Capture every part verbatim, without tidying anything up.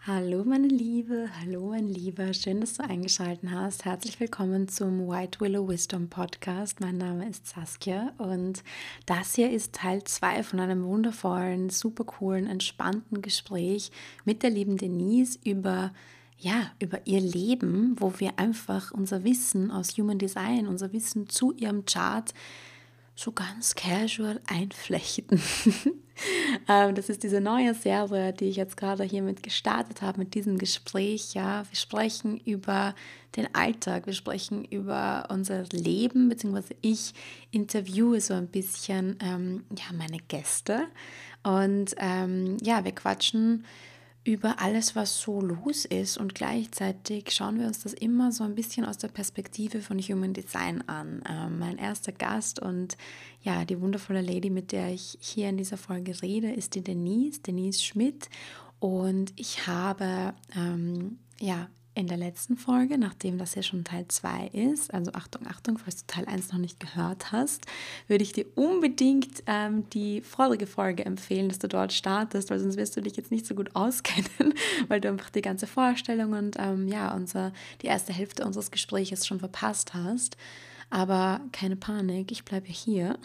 Hallo meine Liebe, hallo mein Lieber, schön, dass du eingeschaltet hast. Herzlich willkommen zum White Willow Wisdom Podcast. Mein Name ist Saskia und das hier ist Teil zwei von einem wundervollen, super coolen, entspannten Gespräch mit der lieben Denise über ja, über ihr Leben, wo wir einfach unser Wissen aus Human Design, unser Wissen zu ihrem Chart so ganz casual einflechten. ähm, das ist diese neue Serie, die ich jetzt gerade hiermit gestartet habe, mit diesem Gespräch. Ja, wir sprechen über den Alltag, wir sprechen über unser Leben, beziehungsweise ich interviewe so ein bisschen ähm, ja, meine Gäste. Und ähm, ja, wir quatschen über alles, was so los ist, und gleichzeitig schauen wir uns das immer so ein bisschen aus der Perspektive von Human Design an. Ähm, mein erster Gast und ja, die wundervolle Lady, mit der ich hier in dieser Folge rede, ist die Denise, Denise Schmidt, und ich habe ähm, ja in der letzten Folge, nachdem das ja schon Teil zwei ist, also Achtung, Achtung, falls du Teil eins noch nicht gehört hast, würde ich dir unbedingt ähm, die vorige Folge empfehlen, dass du dort startest, weil sonst wirst du dich jetzt nicht so gut auskennen, weil du einfach die ganze Vorstellung und ähm, ja, unser, die erste Hälfte unseres Gesprächs schon verpasst hast. Aber keine Panik, ich bleibe hier.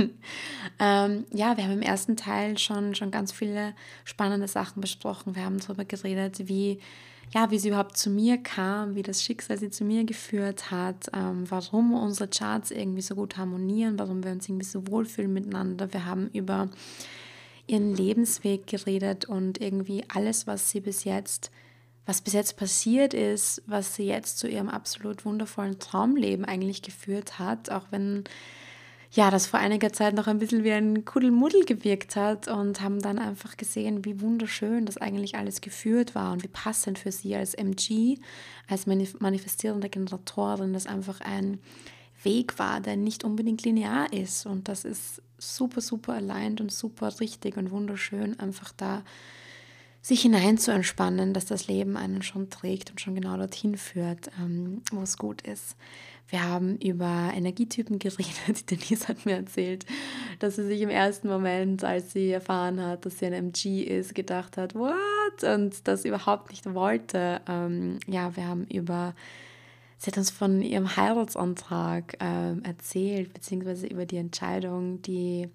ähm, ja, wir haben im ersten Teil schon, schon ganz viele spannende Sachen besprochen. Wir haben darüber geredet, wie, ja, wie sie überhaupt zu mir kam, wie das Schicksal sie zu mir geführt hat, ähm, warum unsere Charts irgendwie so gut harmonieren, warum wir uns irgendwie so wohlfühlen miteinander. Wir haben über ihren Lebensweg geredet und irgendwie alles, was sie bis jetzt was bis jetzt passiert ist, was sie jetzt zu ihrem absolut wundervollen Traumleben eigentlich geführt hat, auch wenn ja, das vor einiger Zeit noch ein bisschen wie ein Kuddelmuddel gewirkt hat, und haben dann einfach gesehen, wie wunderschön das eigentlich alles geführt war und wie passend für sie als M G, als manifestierende Generatorin, das einfach ein Weg war, der nicht unbedingt linear ist, und das ist super, super aligned und super richtig und wunderschön, einfach da sich hinein zu entspannen, dass das Leben einen schon trägt und schon genau dorthin führt, ähm, wo es gut ist. Wir haben über Energietypen geredet. Denise hat mir erzählt, dass sie sich im ersten Moment, als sie erfahren hat, dass sie ein M G ist, gedacht hat, what? Und das überhaupt nicht wollte. Ähm, ja, wir haben über, sie hat uns von ihrem Heiratsantrag ähm, erzählt, beziehungsweise über die Entscheidung, die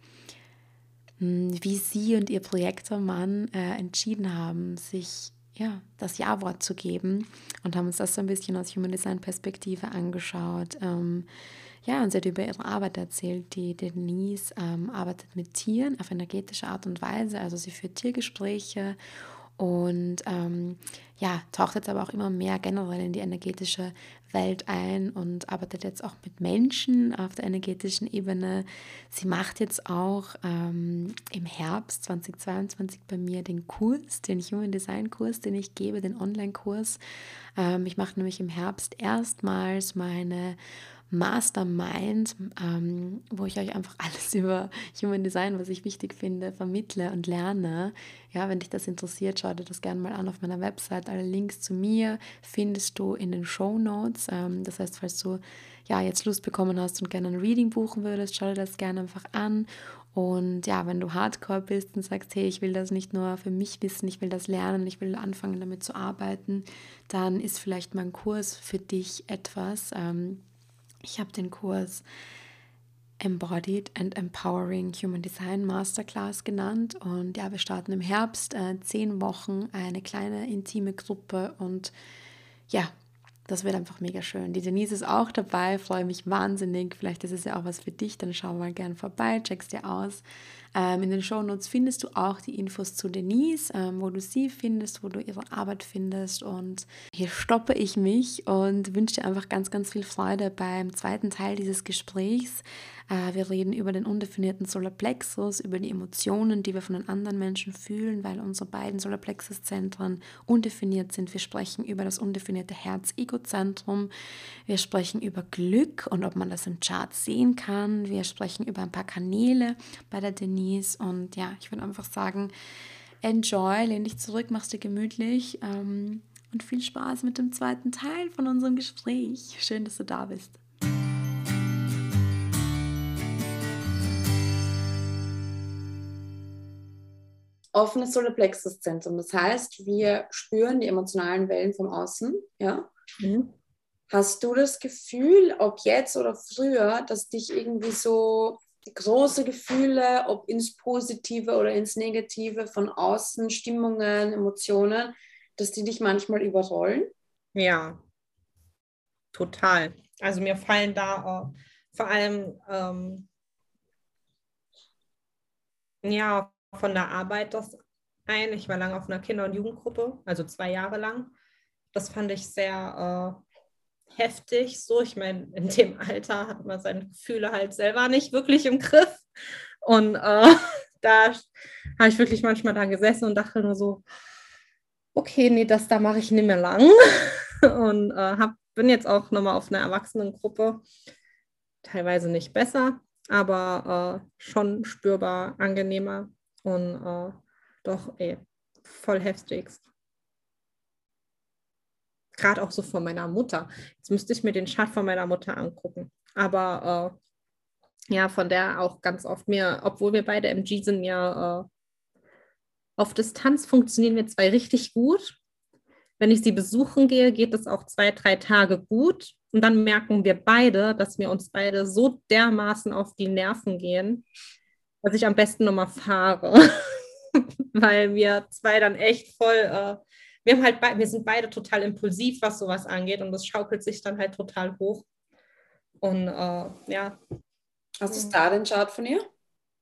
wie sie und ihr Projektormann äh, entschieden haben, sich ja, das Ja-Wort zu geben, und haben uns das so ein bisschen aus Human Design Perspektive angeschaut. Ähm, ja, und sie hat über ihre Arbeit erzählt. Die Denise ähm, arbeitet mit Tieren auf energetische Art und Weise, also sie führt Tiergespräche und ähm, ja, taucht jetzt aber auch immer mehr generell in die energetische Welt ein und arbeitet jetzt auch mit Menschen auf der energetischen Ebene. Sie macht jetzt auch ähm, im Herbst zweitausendzweiundzwanzig bei mir den Kurs, den Human Design Kurs, den ich gebe, den Online-Kurs. Ähm, ich mache nämlich im Herbst erstmals meine Mastermind, ähm, wo ich euch einfach alles über Human Design, was ich wichtig finde, vermittle und lerne. Ja, wenn dich das interessiert, schau dir das gerne mal an auf meiner Website. Alle Links zu mir findest du in den Shownotes. Ähm, das heißt, falls du ja jetzt Lust bekommen hast und gerne ein Reading buchen würdest, schau dir das gerne einfach an. Und ja, wenn du Hardcore bist und sagst, hey, ich will das nicht nur für mich wissen, ich will das lernen, ich will anfangen damit zu arbeiten, dann ist vielleicht mein Kurs für dich etwas. Ähm, Ich habe den Kurs Embodied and Empowering Human Design Masterclass genannt, und ja, wir starten im Herbst äh, zehn Wochen, eine kleine intime Gruppe, und ja, das wird einfach mega schön. Die Denise ist auch dabei, freue mich wahnsinnig. Vielleicht ist es ja auch was für dich, dann schau mal gern vorbei, check's dir aus. Ähm, in den Shownotes findest du auch die Infos zu Denise, ähm, wo du sie findest, wo du ihre Arbeit findest. Und hier stoppe ich mich und wünsche dir einfach ganz, ganz viel Freude beim zweiten Teil dieses Gesprächs. Äh, wir reden über den undefinierten Solarplexus, über die Emotionen, die wir von den anderen Menschen fühlen, weil unsere beiden Solarplexuszentren undefiniert sind. Wir sprechen über das undefinierte Herz-Ego-Zentrum. Wir sprechen über Glück und ob man das im Chart sehen kann. Wir sprechen über ein paar Kanäle bei der Denise. Und ja, ich würde einfach sagen, enjoy, lehn dich zurück, mach's dir gemütlich ähm, und viel Spaß mit dem zweiten Teil von unserem Gespräch. Schön, dass du da bist. offenes Solarplexuszentrum. Das heißt, wir spüren die emotionalen Wellen vom Außen. Ja? Mhm. Hast du das Gefühl, ob jetzt oder früher, dass dich irgendwie so große Gefühle, ob ins Positive oder ins Negative von außen, Stimmungen, Emotionen, dass die dich manchmal überrollen? Ja, total. Also mir fallen da äh, vor allem ähm, ja, von der Arbeit das ein. Ich war lange auf einer Kinder- und Jugendgruppe, also zwei Jahre lang. Das fand ich sehr äh, heftig. So, ich meine, in dem Alter hat man seine Gefühle halt selber nicht wirklich im Griff. Und äh, da habe ich wirklich manchmal da gesessen und dachte nur so, okay, nee, das da mache ich nicht mehr lang. Und äh, hab, bin jetzt auch nochmal auf einer Erwachsenengruppe. Teilweise nicht besser, aber äh, schon spürbar angenehmer und äh, doch ey, voll heftigst. Gerade auch so von meiner Mutter. Jetzt müsste ich mir den Chat von meiner Mutter angucken. Aber äh, ja, von der auch ganz oft mir, obwohl wir beide M G sind, ja, äh, auf Distanz funktionieren wir zwei richtig gut. Wenn ich sie besuchen gehe, geht es auch zwei, drei Tage gut. Und dann merken wir beide, dass wir uns beide so dermaßen auf die Nerven gehen, dass ich am besten nochmal fahre. Weil wir zwei dann echt voll, äh, wir haben halt, be- wir sind beide total impulsiv, was sowas angeht. Und das schaukelt sich dann halt total hoch. Und äh, ja. Hast du Hm. da den Chart von ihr?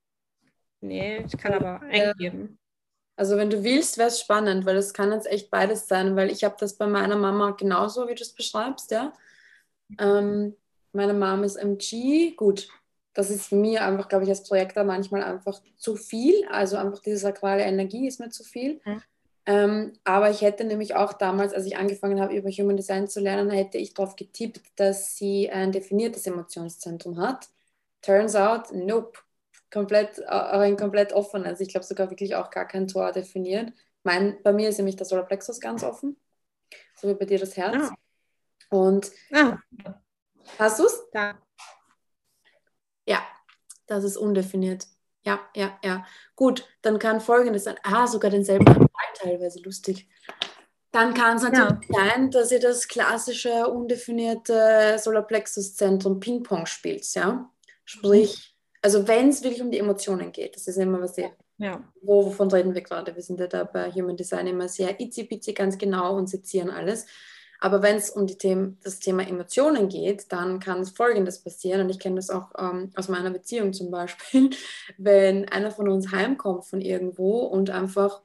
Nee, ich kann aber Ja. eingeben. Also wenn du willst, wäre es spannend, weil es kann jetzt echt beides sein, weil ich habe das bei meiner Mama genauso, wie du es beschreibst, ja. Ähm, meine Mom ist M G, gut, das ist für mich einfach, glaube ich, als Projektor manchmal einfach zu viel, also einfach diese sakrale Energie ist mir zu viel. Hm. Ähm, aber ich hätte nämlich auch damals, als ich angefangen habe, über Human Design zu lernen, hätte ich darauf getippt, dass sie ein definiertes Emotionszentrum hat. Turns out, nope. Komplett, äh, ein komplett offenes. Ich glaube sogar wirklich auch gar kein Tor definiert. Mein, bei mir ist nämlich der Solarplexus ganz offen, so wie bei dir das Herz. Ah, Und ah, hast du es? da. Ja, das ist undefiniert. Ja, ja, ja. Gut, dann kann Folgendes sein. Ah, sogar denselben Anteil, teilweise lustig. Dann kann es natürlich Ja. sein, dass ihr das klassische, undefinierte Solarplexus-Zentrum Ping-Pong spielt, ja? Sprich, also wenn es wirklich um die Emotionen geht, das ist immer was sehr, Ja. wo, wovon reden wir gerade? Wir sind ja da bei Human Design immer sehr itzi-pitzi ganz genau und sezieren alles. Aber wenn es um die Themen, das Thema Emotionen geht, dann kann Folgendes passieren. Und ich kenne das auch ähm, aus meiner Beziehung zum Beispiel, wenn einer von uns heimkommt von irgendwo und einfach,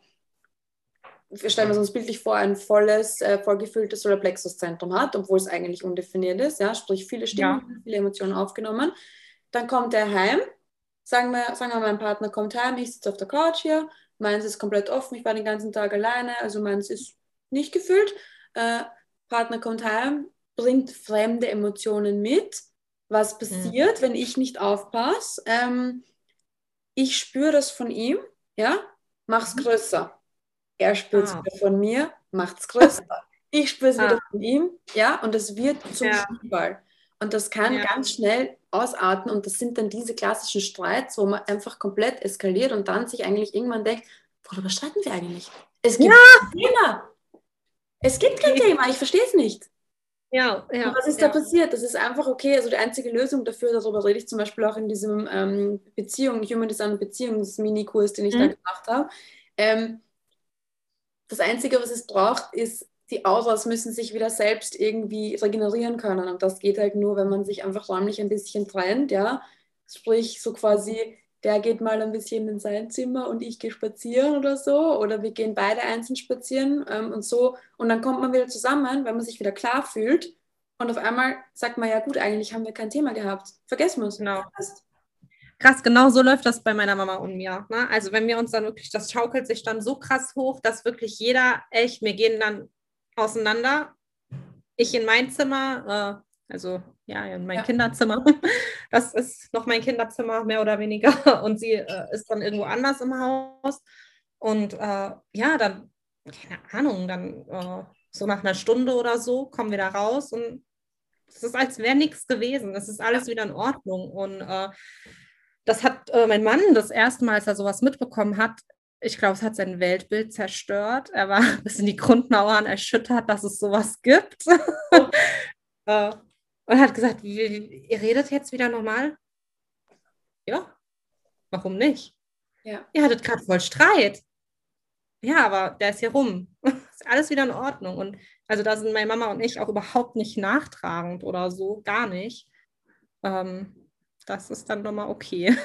wir stellen uns bildlich vor, ein volles, äh, vollgefülltes Solarplexuszentrum hat, obwohl es eigentlich undefiniert ist, ja, sprich viele Ja. Stimmungen, viele Emotionen aufgenommen. Dann kommt er heim, sagen wir, sagen wir, mein Partner kommt heim, ich sitze auf der Couch hier, meins ist komplett offen, ich war den ganzen Tag alleine, also meins ist nicht gefüllt. Äh, Partner kommt heim, bringt fremde Emotionen mit. Was Hm. passiert, wenn ich nicht aufpasse? Ähm, ich spüre das von ihm, ja, mach's größer. Er spürt es Ah. wieder von mir, macht es größer. Ich spüre es wieder Ah. von ihm, ja, und es wird zum Ja. Schneeball. Und das kann Ja. ganz schnell ausarten und das sind dann diese klassischen Streits, wo man einfach komplett eskaliert und dann sich eigentlich irgendwann denkt, worüber streiten wir eigentlich? Es gibt Ja. kein Thema. Es gibt kein Thema, ich verstehe es nicht. Ja, Und ja, was ist da ja. passiert? Das ist einfach okay. Also die einzige Lösung dafür, darüber rede ich zum Beispiel auch in diesem ähm, Beziehung, Human Design Beziehungsminikurs, den ich da Hm? gemacht habe. Ähm, Das Einzige, was es braucht, ist, die Auras müssen sich wieder selbst irgendwie regenerieren können. Und das geht halt nur, wenn man sich einfach räumlich ein bisschen trennt, ja. Sprich, so quasi, der geht mal ein bisschen in sein Zimmer und ich gehe spazieren oder so. Oder wir gehen beide einzeln spazieren ähm, und so. Und dann kommt man wieder zusammen, wenn man sich wieder klar fühlt. Und auf einmal sagt man, ja gut, eigentlich haben wir kein Thema gehabt. Vergessen wir es. Genau. Krass, genau so läuft das bei meiner Mama und mir. Ne? Also wenn wir uns dann wirklich, das schaukelt sich dann so krass hoch, dass wirklich jeder, echt, wir gehen dann auseinander. Ich in mein Zimmer, äh, also ja, in mein Ja. Kinderzimmer. Das ist noch mein Kinderzimmer, mehr oder weniger. Und sie äh, ist dann irgendwo anders im Haus. Und äh, ja, dann, keine Ahnung, dann äh, so nach einer Stunde oder so kommen wir da raus und es ist, als wäre nichts gewesen. Es ist alles wieder in Ordnung. Und äh, das hat äh, mein Mann das erste Mal, als er sowas mitbekommen hat, ich glaube, es hat sein Weltbild zerstört. Er war bis in die Grundmauern erschüttert, dass es sowas gibt. äh, und hat gesagt, wie, ihr redet jetzt wieder normal? Ja, warum nicht? Ja. Ihr hattet gerade voll Streit. Ja, aber der ist hier rum. Ist alles wieder in Ordnung. Und also da sind meine Mama und ich auch überhaupt nicht nachtragend oder so, gar nicht. Ähm, das ist dann nochmal okay.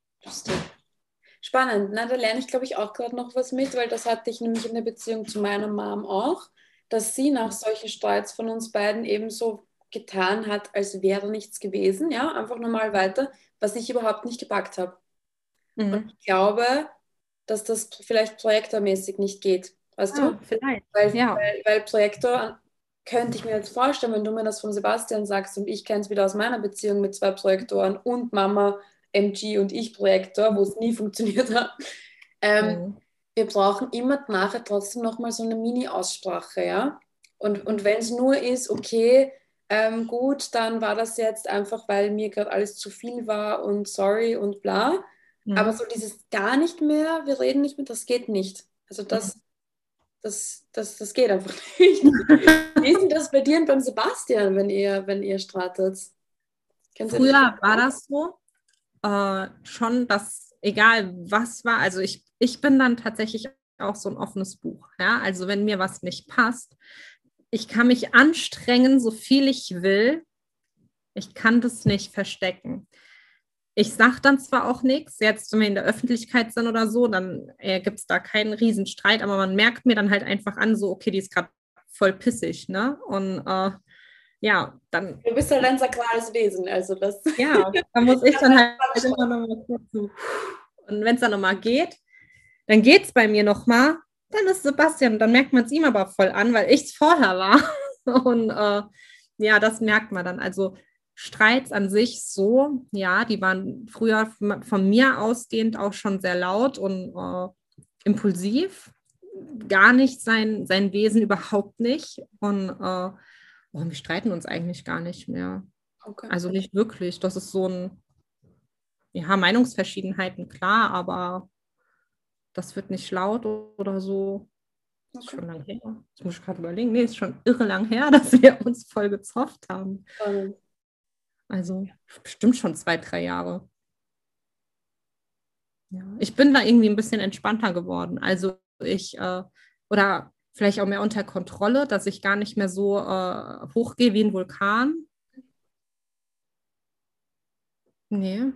Spannend, ne? Da lerne ich, glaube ich, auch gerade noch was mit, weil das hatte ich nämlich in der Beziehung zu meiner Mom auch, dass sie nach solchen Streits von uns beiden eben so getan hat, als wäre nichts gewesen, ja, einfach normal weiter, was ich überhaupt nicht gepackt habe. Und Mhm. ich glaube, dass das vielleicht projektormäßig nicht geht, weißt du? Ah, vielleicht. Weil, Ja. weil, weil Projektor könnte ich mir jetzt vorstellen, wenn du mir das von Sebastian sagst und ich kenne es wieder aus meiner Beziehung mit zwei Projektoren und Mama M G und ich Projektor, wo es nie funktioniert hat. Ähm, Mhm. Wir brauchen immer nachher trotzdem nochmal so eine Mini-Aussprache, ja? Und, und wenn es nur ist, okay, ähm, gut, dann war das jetzt einfach, weil mir gerade alles zu viel war und sorry und bla. Aber Mhm. so dieses gar nicht mehr, wir reden nicht mehr, das geht nicht. Also das, das, das, das geht einfach nicht. Wie ist denn das bei dir und beim Sebastian, wenn ihr, wenn ihr streitet? Kennt ihr das Früher war auch? das so, äh, schon, dass egal was war, also ich, ich bin dann tatsächlich auch so ein offenes Buch. Ja? Also wenn mir was nicht passt, ich kann mich anstrengen, so viel ich will. Ich kann das nicht verstecken. Ich sage dann zwar auch nichts, jetzt, wenn wir in der Öffentlichkeit sind oder so, dann äh, gibt es da keinen Riesenstreit, aber man merkt mir dann halt einfach an, so, okay, die ist gerade voll pissig, ne? Und äh, ja, dann, Du bist halt ein sakrales Wesen, also das. ja, da muss ich dann halt immer noch mal kurz so. Und wenn es dann nochmal geht, dann geht es bei mir nochmal, dann ist Sebastian, dann merkt man es ihm aber voll an, weil ich es vorher war. Und äh, ja, das merkt man dann. Also Streits an sich so, ja, die waren früher von mir ausgehend auch schon sehr laut und äh, impulsiv. Gar nicht sein, sein Wesen überhaupt nicht. Und äh, oh, wir streiten uns eigentlich gar nicht mehr. Okay. Also nicht wirklich. Das ist so ein, ja, Meinungsverschiedenheiten, klar, aber das wird nicht laut oder so. Das ist Okay. schon lang her. Das muss ich gerade überlegen. Nee, ist schon irre lang her, dass wir uns voll gezofft haben. Spannend. Also bestimmt schon zwei, drei Jahre. Ja. Ich bin da irgendwie ein bisschen entspannter geworden. Also ich, äh, oder vielleicht auch mehr unter Kontrolle, dass ich gar nicht mehr so äh, hochgehe wie ein Vulkan. Nee.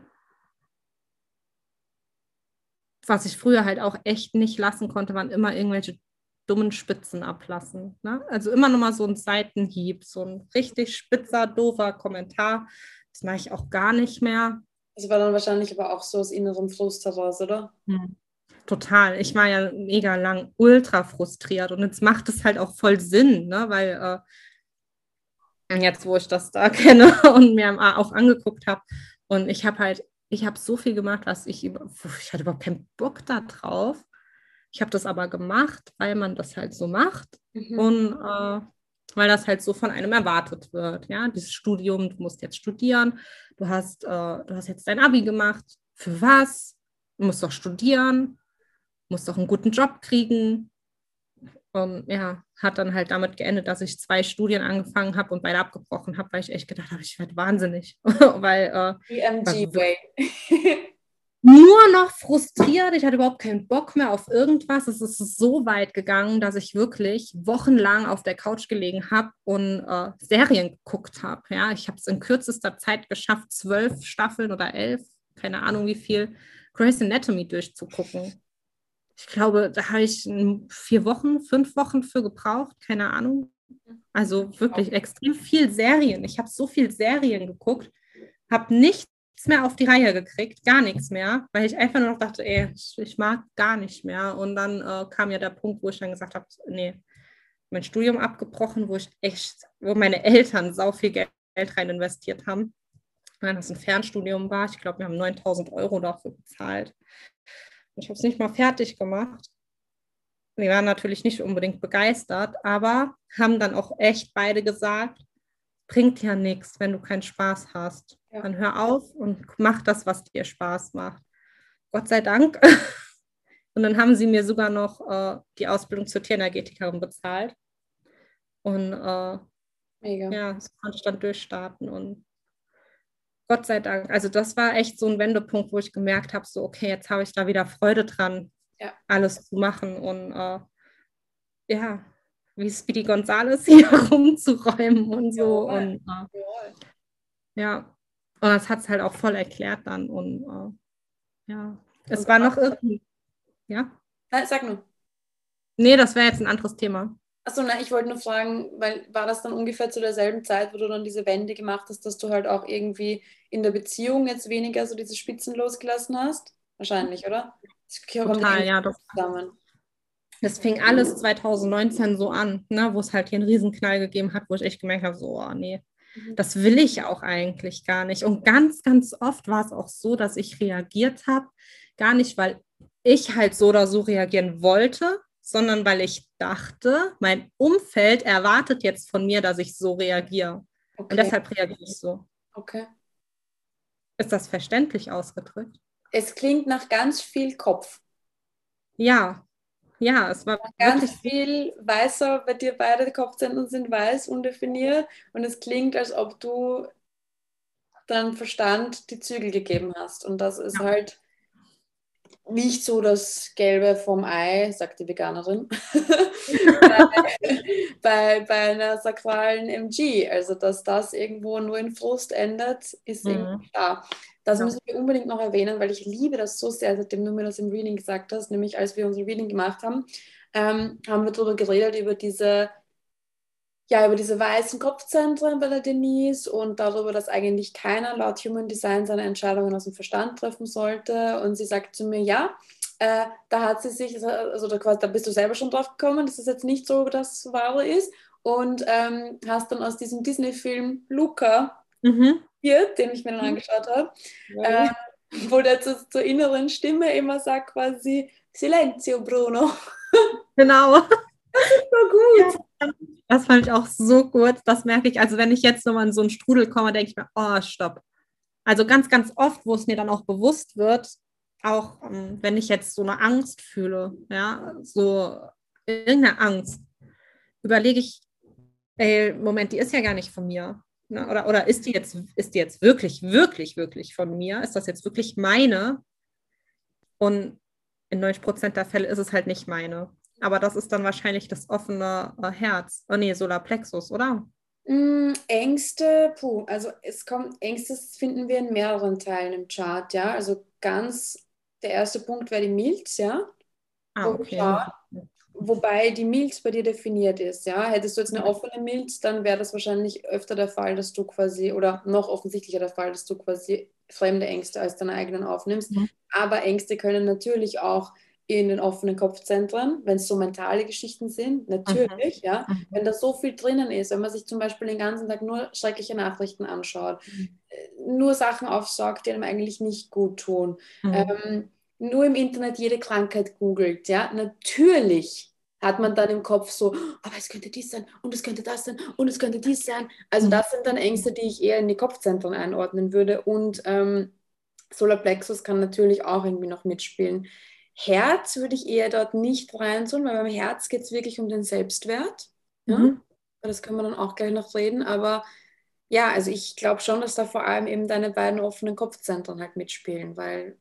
Was ich früher halt auch echt nicht lassen konnte, waren immer irgendwelche dummen Spitzen ablassen. Ne? Also immer nochmal so ein Seitenhieb, so ein richtig spitzer, doofer Kommentar. Das mache ich auch gar nicht mehr. Das war dann wahrscheinlich aber auch so aus innerem Frust heraus, oder? Hm. Total. Ich war ja mega lang ultra frustriert und jetzt macht es halt auch voll Sinn, ne? Weil äh, jetzt, wo ich das da kenne und mir auch angeguckt habe und ich habe halt, ich habe so viel gemacht, was ich, ich hatte überhaupt keinen Bock da drauf. Ich habe das aber gemacht, weil man das halt so macht Mhm. und äh, weil das halt so von einem erwartet wird. Ja, dieses Studium, du musst jetzt studieren, du hast, äh, du hast jetzt dein Abi gemacht. Für was? Du musst doch studieren, musst doch einen guten Job kriegen. Und ja, hat dann halt damit geendet, dass ich zwei Studien angefangen habe und beide abgebrochen habe, weil ich echt gedacht habe, ich werde wahnsinnig. weil äh, Die M G Way. nur noch frustriert. Ich hatte überhaupt keinen Bock mehr auf irgendwas. Es ist so weit gegangen, dass ich wirklich wochenlang auf der Couch gelegen habe und äh, Serien geguckt habe. Ja, ich habe es in kürzester Zeit geschafft, zwölf Staffeln oder elf, keine Ahnung wie viel, Grey's Anatomy durchzugucken. Ich glaube, da habe ich vier Wochen, fünf Wochen für gebraucht, keine Ahnung. Also wirklich extrem viel Serien. Ich habe so viel Serien geguckt, habe nichts mehr auf die Reihe gekriegt, gar nichts mehr, weil ich einfach nur noch dachte, ey, ich, ich mag gar nicht mehr. Und dann äh, kam ja der Punkt, wo ich dann gesagt habe, nee, mein Studium abgebrochen, wo ich echt, wo meine Eltern sau viel Geld rein investiert haben, weil das ein Fernstudium war. Ich glaube, wir haben neuntausend Euro dafür bezahlt. Ich habe es nicht mal fertig gemacht. Die waren natürlich nicht unbedingt begeistert, aber haben dann auch echt beide gesagt, bringt ja nichts, wenn du keinen Spaß hast. Ja. Dann hör auf und mach das, was dir Spaß macht. Gott sei Dank. Und dann haben sie mir sogar noch äh, die Ausbildung zur Tierenergetikerin bezahlt. Und äh, Mega. ja, das konnte ich dann durchstarten. Und Gott sei Dank, also das war echt so ein Wendepunkt, wo ich gemerkt habe, so okay, jetzt habe ich da wieder Freude dran, Ja. alles zu machen. Und äh, ja, wie Speedy Gonzales hier rumzuräumen und so. Jawohl. Und äh, Jawohl. ja, und das hat es halt auch voll erklärt dann. Und äh, ja, es Und war was- noch irgendwie, ja. Nein, sag nur. Nee, das wäre jetzt ein anderes Thema. Achso, nein, ich wollte nur fragen, weil war das dann ungefähr zu derselben Zeit, wo du dann diese Wende gemacht hast, dass du halt auch irgendwie in der Beziehung jetzt weniger so diese Spitzen losgelassen hast? Wahrscheinlich, oder? Das kommt Total, eng ja. Das, zusammen. das fing alles zwanzig neunzehn so an, ne, wo es halt hier einen Riesenknall gegeben hat, wo ich echt gemerkt habe, so, oh nee, Mhm. das will ich auch eigentlich gar nicht. Und ganz, ganz oft war es auch so, dass ich reagiert habe, gar nicht, weil ich halt so oder so reagieren wollte, sondern weil ich dachte, mein Umfeld erwartet jetzt von mir, dass ich so reagiere. Und Okay, deshalb reagiere ich so. okay. Ist das verständlich ausgedrückt? Es klingt nach ganz viel Kopf. Ja, ja, es war Ganz wirklich so. viel weißer, bei dir beide Kopfzentren sind weiß, undefiniert. Und es klingt, als ob du deinem Verstand die Zügel gegeben hast. Und das ist Ja. halt nicht so das Gelbe vom Ei, sagt die Veganerin, bei, bei, bei einer sakralen M G. Also, dass das irgendwo nur in Frust endet, ist irgendwie Mhm. klar. Das Ja. müssen wir unbedingt noch erwähnen, weil ich liebe das so sehr, seitdem du mir das im Reading gesagt hast, nämlich als wir unser Reading gemacht haben, ähm, haben wir darüber geredet, über diese ja, über diese weißen Kopfzentren bei der Denise und darüber, dass eigentlich keiner laut Human Design seine Entscheidungen aus dem Verstand treffen sollte. Und sie sagt zu mir, ja, äh, da hat sie sich, also da, quasi, da bist du selber schon drauf gekommen, dass es jetzt nicht so das Wahre ist. Und ähm, hast dann aus diesem Disney-Film Luca, Mhm. hier, den ich mir dann angeschaut habe, äh, wo der zu, zur inneren Stimme immer sagt quasi, Silenzio, Bruno. Genau. So gut. Ja, das fand ich auch so gut. Das merke ich. Also, wenn ich jetzt nochmal in so einen Strudel komme, denke ich mir, oh, stopp. Also ganz, ganz oft, wo es mir dann auch bewusst wird, auch ähm, wenn ich jetzt so eine Angst fühle, ja, so irgendeine Angst, überlege ich, ey, Moment, die ist ja gar nicht von mir. Ne? Oder, oder ist die jetzt, ist die jetzt wirklich, wirklich, wirklich von mir? Ist das jetzt wirklich meine? Und in neunzig Prozent der Fälle ist es halt nicht meine. Aber das ist dann wahrscheinlich das offene äh, Herz. Oh nee, Solarplexus, oder? Mm, Ängste, puh, also es kommt, Ängste finden wir in mehreren Teilen im Chart, ja. Also ganz, der erste Punkt wäre die Milz, ja, Ah, wo wir okay. schauen, wobei die Milz bei dir definiert ist, ja. Hättest du jetzt eine Ja. offene Milz, dann wäre das wahrscheinlich öfter der Fall, dass du quasi, oder noch offensichtlicher der Fall, dass du quasi fremde Ängste als deine eigenen aufnimmst. Mhm. Aber Ängste können natürlich auch in den offenen Kopfzentren, wenn es so mentale Geschichten sind, Mhm. natürlich, ja, wenn da so viel drinnen ist, wenn man sich zum Beispiel den ganzen Tag nur schreckliche Nachrichten anschaut, äh, nur Sachen aufsaugt, die einem eigentlich nicht gut tun, Mhm. ähm, nur im Internet jede Krankheit googelt, ja, natürlich hat man dann im Kopf so, aber es könnte dies sein und es könnte das sein und es könnte dies sein. Also Mhm. das sind dann Ängste, die ich eher in die Kopfzentren einordnen würde und ähm, Solarplexus kann natürlich auch irgendwie noch mitspielen. Herz würde ich eher dort nicht reintun, weil beim Herz geht es wirklich um den Selbstwert. Ja? Mhm. Das können wir dann auch gleich noch reden. Aber ja, also ich glaube schon, dass da vor allem eben deine beiden offenen Kopfzentren halt mitspielen, weil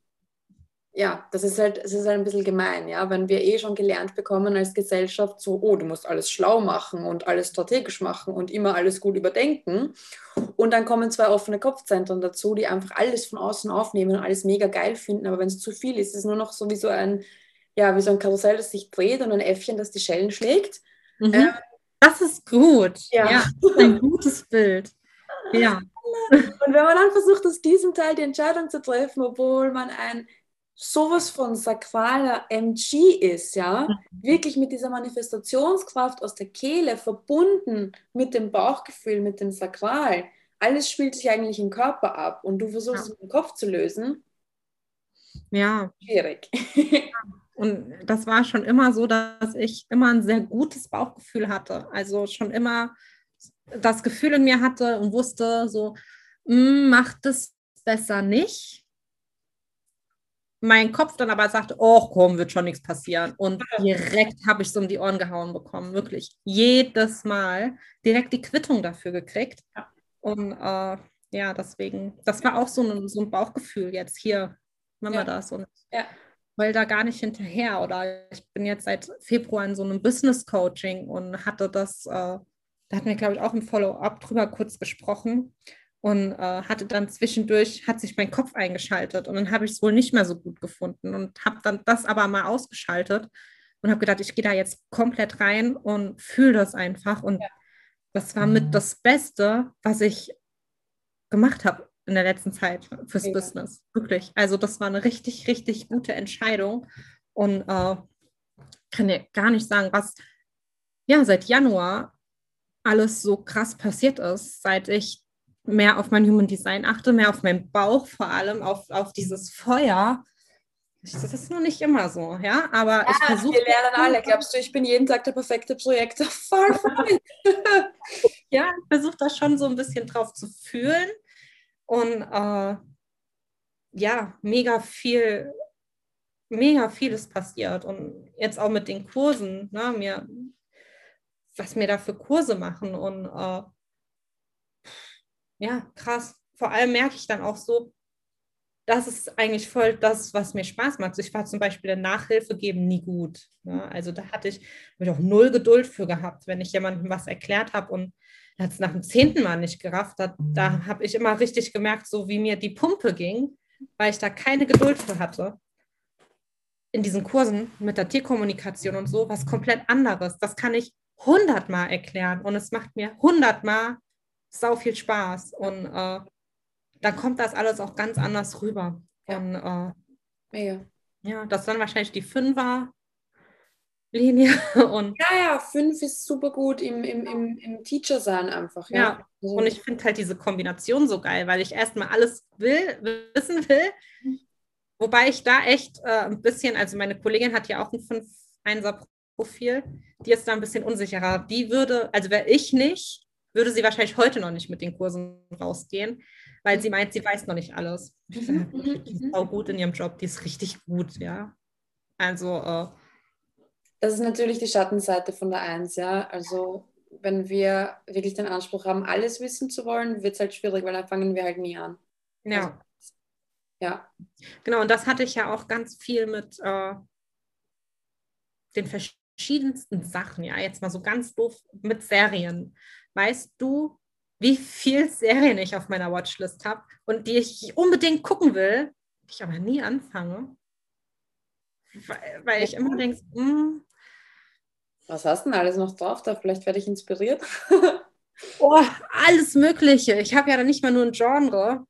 ja, das ist halt, es ist halt ein bisschen gemein, ja, wenn wir eh schon gelernt bekommen als Gesellschaft so, oh, du musst alles schlau machen und alles strategisch machen und immer alles gut überdenken. Und dann kommen zwei offene Kopfzentren dazu, die einfach alles von außen aufnehmen und alles mega geil finden. Aber wenn es zu viel ist, ist es nur noch so wie so ein, ja, wie so ein Karussell, das sich dreht und ein Äffchen, das die Schellen schlägt. Ähm, Mhm. Das ist gut. ja. Ja, das ist ein gutes Bild. Ja. Und wenn man dann versucht, aus diesem Teil die Entscheidung zu treffen, obwohl man ein sowas von sakraler M G ist, ja, wirklich mit dieser Manifestationskraft aus der Kehle verbunden mit dem Bauchgefühl, mit dem Sakral. Alles spielt sich eigentlich im Körper ab und du versuchst Ja. es mit dem Kopf zu lösen. Ja. Schwierig. Und das war schon immer so, dass ich immer ein sehr gutes Bauchgefühl hatte. Also schon immer das Gefühl in mir hatte und wusste so, "Mm, mach das besser nicht. mein Kopf dann aber sagte, oh komm, wird schon nichts passieren. Und direkt habe ich es um die Ohren gehauen bekommen, wirklich. Jedes Mal direkt die Quittung dafür gekriegt. Ja. Und äh, ja, deswegen, das war auch so ein, so ein Bauchgefühl jetzt hier, machen wir Ja. das. Und Ja. weil da gar nicht hinterher. Oder ich bin jetzt seit Februar in so einem Business-Coaching und hatte das, äh, da hatten wir, glaube ich, auch im Follow-up drüber kurz gesprochen. Und äh, hatte dann zwischendurch, hat sich mein Kopf eingeschaltet und dann habe ich es wohl nicht mehr so gut gefunden und habe dann das aber mal ausgeschaltet und habe gedacht, ich gehe da jetzt komplett rein und fühle das einfach. Und Ja. das war mit das Beste, was ich gemacht habe in der letzten Zeit fürs Ja. Business. Wirklich. Also das war eine richtig, richtig gute Entscheidung. Und äh, kann dir gar nicht sagen, was ja seit Januar alles so krass passiert ist, seit ich mehr auf mein Human Design achte, mehr auf meinen Bauch vor allem, auf, auf dieses Feuer. Das ist noch nicht immer so, ja, aber ja, ich versuche. Wir lernen alle. Glaubst du, ich bin jeden Tag der perfekte Projektor? Far from it. Ja, ich versuche da schon so ein bisschen drauf zu fühlen und äh, ja, mega viel, mega vieles passiert und jetzt auch mit den Kursen, ne, mir, was mir da für Kurse machen und äh, ja, krass. Vor allem merke ich dann auch so, das ist eigentlich voll das, was mir Spaß macht. Also ich war zum Beispiel in Nachhilfe geben nie gut. Ne? Also da hatte ich, hab ich auch null Geduld für gehabt, wenn ich jemandem was erklärt habe und er hat es nach dem zehnten Mal nicht gerafft. Da, da habe ich immer richtig gemerkt, so wie mir die Pumpe ging, weil ich da keine Geduld für hatte. In diesen Kursen mit der Tierkommunikation und so, was komplett anderes. Das kann ich hundertmal erklären und es macht mir hundertmal sau viel Spaß. Und äh, dann kommt das alles auch ganz anders rüber. Ja. Und äh, Mega. ja, das ist dann wahrscheinlich die Fünfer-Linie. Und Ja, ja, fünf ist super gut im, im, im, im Teacher sein einfach, ja. ja, Also, und ich finde halt diese Kombination so geil, weil ich erstmal alles will, wissen will. Wobei ich da echt äh, ein bisschen, also meine Kollegin hat ja auch ein fünf Einser-Profil, die ist da ein bisschen unsicherer. Die würde, also wäre ich nicht, würde sie wahrscheinlich heute noch nicht mit den Kursen rausgehen, weil sie meint, sie weiß noch nicht alles. Ich sage, die ist auch gut in ihrem Job, die ist richtig gut, ja. Also, äh, das ist natürlich die Schattenseite von der Eins, ja. Also wenn wir wirklich den Anspruch haben, alles wissen zu wollen, wird es halt schwierig, weil dann fangen wir halt nie an. ja. Also, ja. Genau, und das hatte ich ja auch ganz viel mit äh, den verschiedensten Sachen, ja, jetzt mal so ganz doof mit Serien. Weißt du, wie viele Serien ich auf meiner Watchlist habe und die ich unbedingt gucken will, die ich aber nie anfange? Weil, weil ich immer denke, mm, Was hast du denn alles noch drauf? Da vielleicht werde ich inspiriert. oh, alles Mögliche. Ich habe ja dann nicht mal nur ein Genre.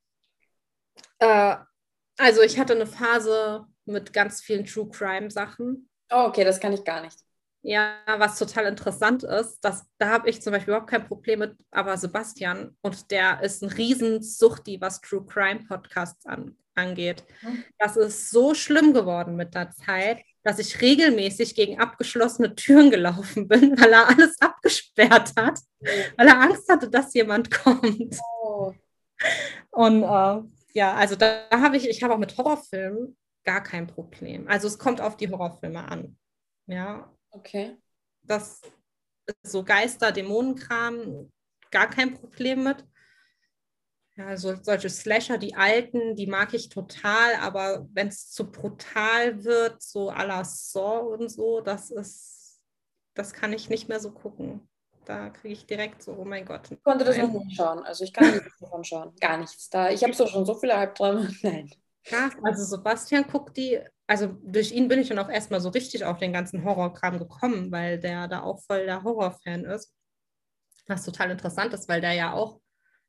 Äh, also ich hatte eine Phase mit ganz vielen True Crime Sachen. Oh, okay, das kann ich gar nicht. Ja, was total interessant ist, dass, da habe ich zum Beispiel überhaupt kein Problem mit, aber Sebastian, und der ist ein Riesensuchti, was True Crime Podcasts an, angeht. Hm. Das ist so schlimm geworden mit der Zeit, dass ich regelmäßig gegen abgeschlossene Türen gelaufen bin, weil er alles abgesperrt hat, weil er Angst hatte, dass jemand kommt. Oh. Und äh, ja, also da, da habe ich, ich habe auch mit Horrorfilmen gar kein Problem. Also es kommt auf die Horrorfilme an. Ja, Okay. das ist so Geister, Dämonenkram, gar kein Problem mit. Ja, also solche Slasher, die alten, die mag ich total, aber wenn es zu brutal wird, so à la Saw und so, das ist, das kann ich nicht mehr so gucken. Da kriege ich direkt so, oh mein Gott. Ich konnte das noch nein. nicht schauen. Also ich kann nichts davon schauen. Gar nichts. Da, ich habe so schon so viele Albträume. Nein. Ja, also Sebastian guckt die, also durch ihn bin ich dann auch erstmal so richtig auf den ganzen Horrorkram gekommen, weil der da auch voll der Horrorfan ist. Was total interessant ist, weil der ja auch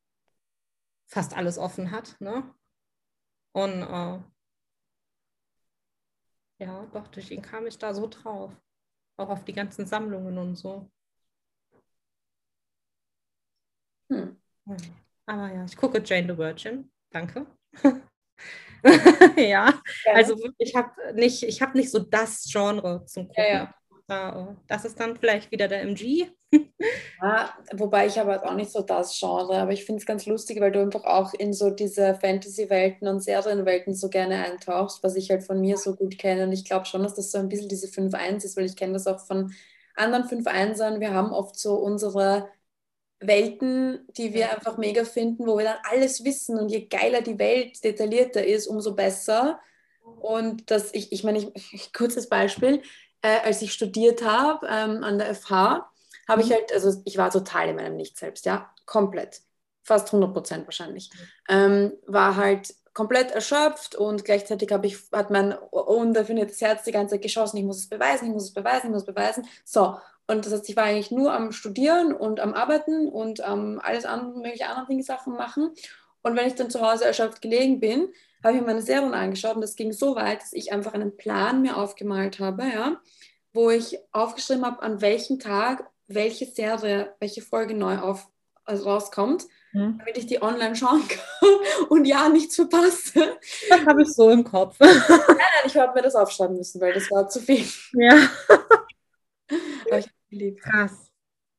fast alles offen hat, ne? Und äh, ja, doch, durch ihn kam ich da so drauf. Auch auf die ganzen Sammlungen und so. Hm. Aber ja, ich gucke Jane the Virgin. Danke. Ja, also ich habe nicht, ich habe nicht so das Genre zum Gucken. Ja, ja. Da, das ist dann vielleicht wieder der M G. Ja, wobei ich habe halt auch nicht so das Genre, aber ich finde es ganz lustig, weil du einfach auch in so diese Fantasy-Welten und Serienwelten so gerne eintauchst, was ich halt von mir so gut kenne. Und ich glaube schon, dass das so ein bisschen diese fünf eins ist, weil ich kenne das auch von anderen fünf einsern. Wir haben oft so unsere Welten, die wir einfach mega finden, wo wir dann alles wissen und je geiler die Welt detaillierter ist, umso besser. Und das, ich, ich meine, ich, ich, kurzes Beispiel, äh, als ich studiert habe ähm, an der F H, habe ich Mhm. halt, also ich war total in meinem Nicht selbst, ja, komplett, fast hundert Prozent wahrscheinlich, ähm, war halt komplett erschöpft und gleichzeitig habe ich, hat mein undefiniertes Herz die ganze Zeit geschossen, ich muss es beweisen, ich muss es beweisen, ich muss es beweisen, so, und das heißt, ich war eigentlich nur am Studieren und am Arbeiten und ähm, alles andere, mögliche andere Dinge, Sachen machen und wenn ich dann zu Hause erschöpft gelegen bin, habe ich mir meine Serien angeschaut und das ging so weit, dass ich einfach einen Plan mir aufgemalt habe, ja, wo ich aufgeschrieben habe, an welchem Tag welche Serie, welche Folge neu auf, also rauskommt, Mhm. damit ich die online schauen kann und ja, nichts verpasse. Das habe ich so im Kopf. Ich habe mir das aufschreiben müssen, weil das war zu viel. Ja, Aber ich habe es geliebt. krass.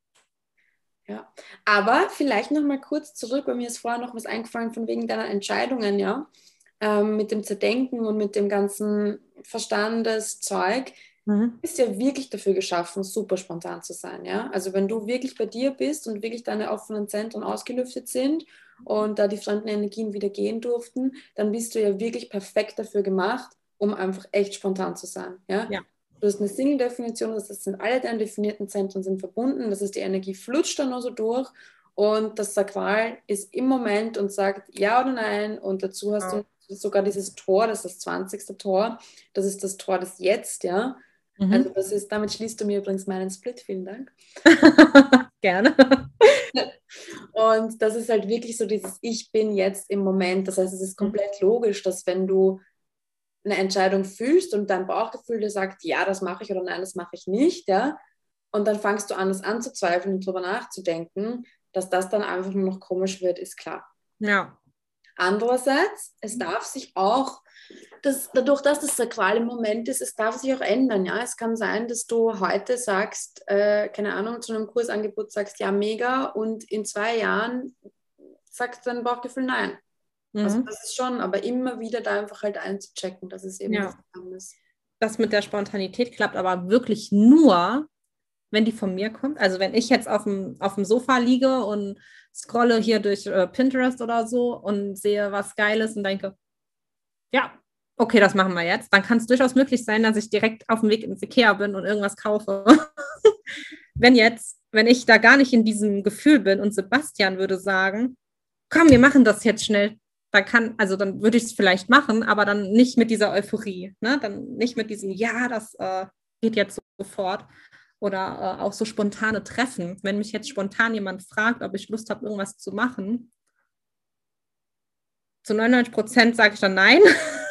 Ja. Aber vielleicht noch mal kurz zurück, weil mir ist vorher noch was eingefallen von wegen deiner Entscheidungen, ja, ähm, mit dem Zerdenken und mit dem ganzen Verstandeszeug. Mhm. Bist ja wirklich dafür geschaffen, super spontan zu sein, ja. Also wenn du wirklich bei dir bist und wirklich deine offenen Zentren ausgelüftet sind und da die fremden Energien wieder gehen durften, dann bist du ja wirklich perfekt dafür gemacht, um einfach echt spontan zu sein, ja. Ja. Du hast eine Single-Definition, das heißt, sind alle deine definierten Zentren sind verbunden, das ist die Energie flutscht dann nur so durch und das Sakral ist im Moment und sagt ja oder nein und dazu hast Genau. du sogar dieses Tor, das ist das zwanzigste Tor, das ist das Tor des Jetzt, ja. Also Mhm. das ist, damit schließt du mir übrigens meinen Split, vielen Dank. Gerne. Und das ist halt wirklich so dieses Ich bin jetzt im Moment. Das heißt, es ist Mhm. komplett logisch, dass wenn du eine Entscheidung fühlst und dein Bauchgefühl dir sagt, ja, das mache ich oder nein, das mache ich nicht, ja, und dann fangst du an, das anzuzweifeln und drüber nachzudenken, dass das dann einfach nur noch komisch wird, ist klar. Ja. Andererseits, es darf sich auch, das, dadurch, dass das sakral im Moment ist, es darf sich auch ändern. Ja? Es kann sein, dass du heute sagst, äh, keine Ahnung, zu einem Kursangebot sagst, ja, mega, und in zwei Jahren sagt dein Bauchgefühl nein. Also Mhm. das ist schon, aber immer wieder da einfach halt einzuchecken, das ist eben das Ja. Geheimnis. Das mit der Spontanität klappt aber wirklich nur, wenn die von mir kommt. Also wenn ich jetzt auf dem, auf dem Sofa liege und scrolle hier durch äh, Pinterest oder so und sehe was Geiles und denke, ja, okay, das machen wir jetzt, dann kann es durchaus möglich sein, dass ich direkt auf dem Weg ins Ikea bin und irgendwas kaufe. Wenn jetzt, wenn ich da gar nicht in diesem Gefühl bin und Sebastian würde sagen, komm, wir machen das jetzt schnell, dann kann, also dann würde ich es vielleicht machen, aber dann nicht mit dieser Euphorie, ne? Dann nicht mit diesem, ja, das äh, geht jetzt sofort. Oder äh, auch so spontane Treffen. Wenn mich jetzt spontan jemand fragt, ob ich Lust habe, irgendwas zu machen, zu neunundneunzig Prozent sage ich dann nein.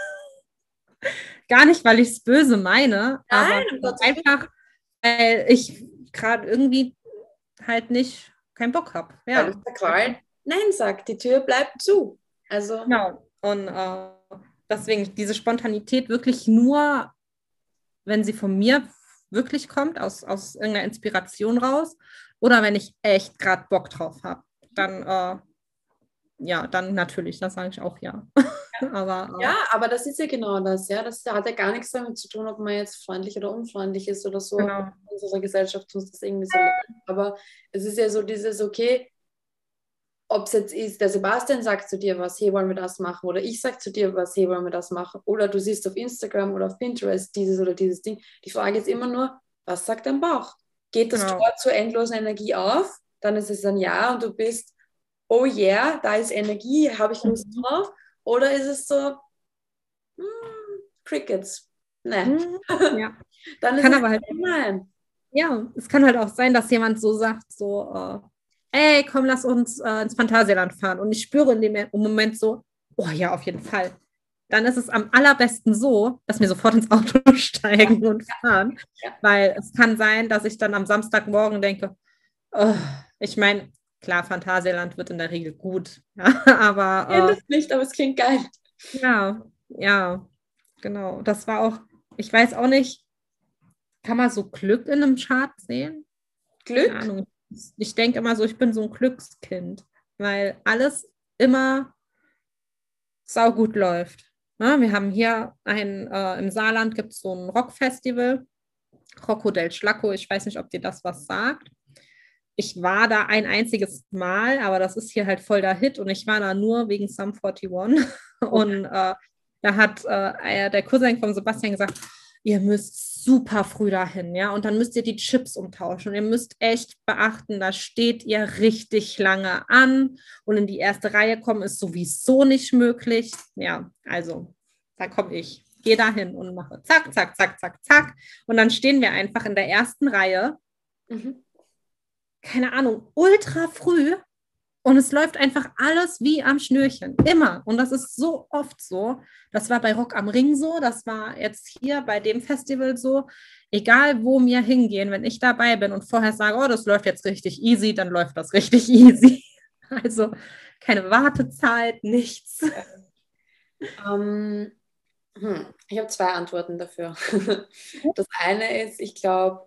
Gar nicht, weil ich es böse meine, aber Nein, um Gottes Willen. einfach, weil ich gerade irgendwie halt nicht keinen Bock habe. Weil das Ja, Sakral nein sagt, die Tür bleibt zu. Also, genau. Und äh, deswegen diese Spontanität wirklich nur, wenn sie von mir wirklich kommt, aus, aus irgendeiner Inspiration raus, oder wenn ich echt gerade Bock drauf habe, dann äh, ja, dann natürlich, das sage ich auch ja. ja, Aber aber das ist ja genau das, ja. Das hat ja gar nichts damit zu tun, ob man jetzt freundlich oder unfreundlich ist oder so. äh, In genau. unserer Gesellschaft muss das irgendwie so lernen. Aber es ist ja so dieses, okay, ob es jetzt ist, der Sebastian sagt zu dir was, hey, wollen wir das machen? Oder ich sage zu dir was, hey, wollen wir das machen? Oder du siehst auf Instagram oder auf Pinterest dieses oder dieses Ding. Die Frage ist immer nur, was sagt dein Bauch? Geht das Genau. Tor zur endlosen Energie auf? Dann ist es ein Ja und du bist, oh yeah, da ist Energie, habe ich Lust Mhm. drauf? Oder ist es so, hm, Crickets? Ne. Mhm. Ja. Dann ist Kann es aber halt, nein. ja, es kann halt auch sein, dass jemand so sagt, so, äh, ey, komm, lass uns äh, ins Phantasialand fahren. Und ich spüre in dem Moment so, oh ja, auf jeden Fall. Dann ist es am allerbesten so, dass wir sofort ins Auto Ja, steigen und fahren. ja. Weil es kann sein, dass ich dann am Samstagmorgen denke, oh, ich meine, klar, Phantasialand wird in der Regel gut. Ja, Ich kenne aber das nicht, aber es klingt geil. äh, ja, ja, genau. Das war auch, ich weiß auch nicht, kann man so Glück in einem Chart sehen? Keine Glück? Ahnung. Ich denke immer so, ich bin so ein Glückskind, weil alles immer saugut läuft. Ja, wir haben hier ein, äh, im Saarland gibt es so ein Rockfestival, Rocco del Schlacco, ich weiß nicht, ob dir das was sagt. Ich war da ein einziges Mal, aber das ist hier halt voll der Hit und ich war da nur wegen Sum einundvierzig. Und äh, da hat äh, der Cousin von Sebastian gesagt, ihr müsst super früh dahin, ja, und dann müsst ihr die Chips umtauschen und ihr müsst echt beachten, da steht ihr richtig lange an und in die erste Reihe kommen ist sowieso nicht möglich. Ja, also da komme ich. Gehe dahin und mache zack, zack, zack, zack, zack. Und dann stehen wir einfach in der ersten Reihe. Mhm. Keine Ahnung, ultra früh und es läuft einfach alles wie am Schnürchen, immer. Und das ist so oft so. Das war bei Rock am Ring so, das war jetzt hier bei dem Festival so. Egal, wo wir hingehen, wenn ich dabei bin und vorher sage, oh, das läuft jetzt richtig easy, dann läuft das richtig easy. Also keine Wartezeit, nichts. Ähm, hm, ich habe zwei Antworten dafür. Das eine ist, ich glaube,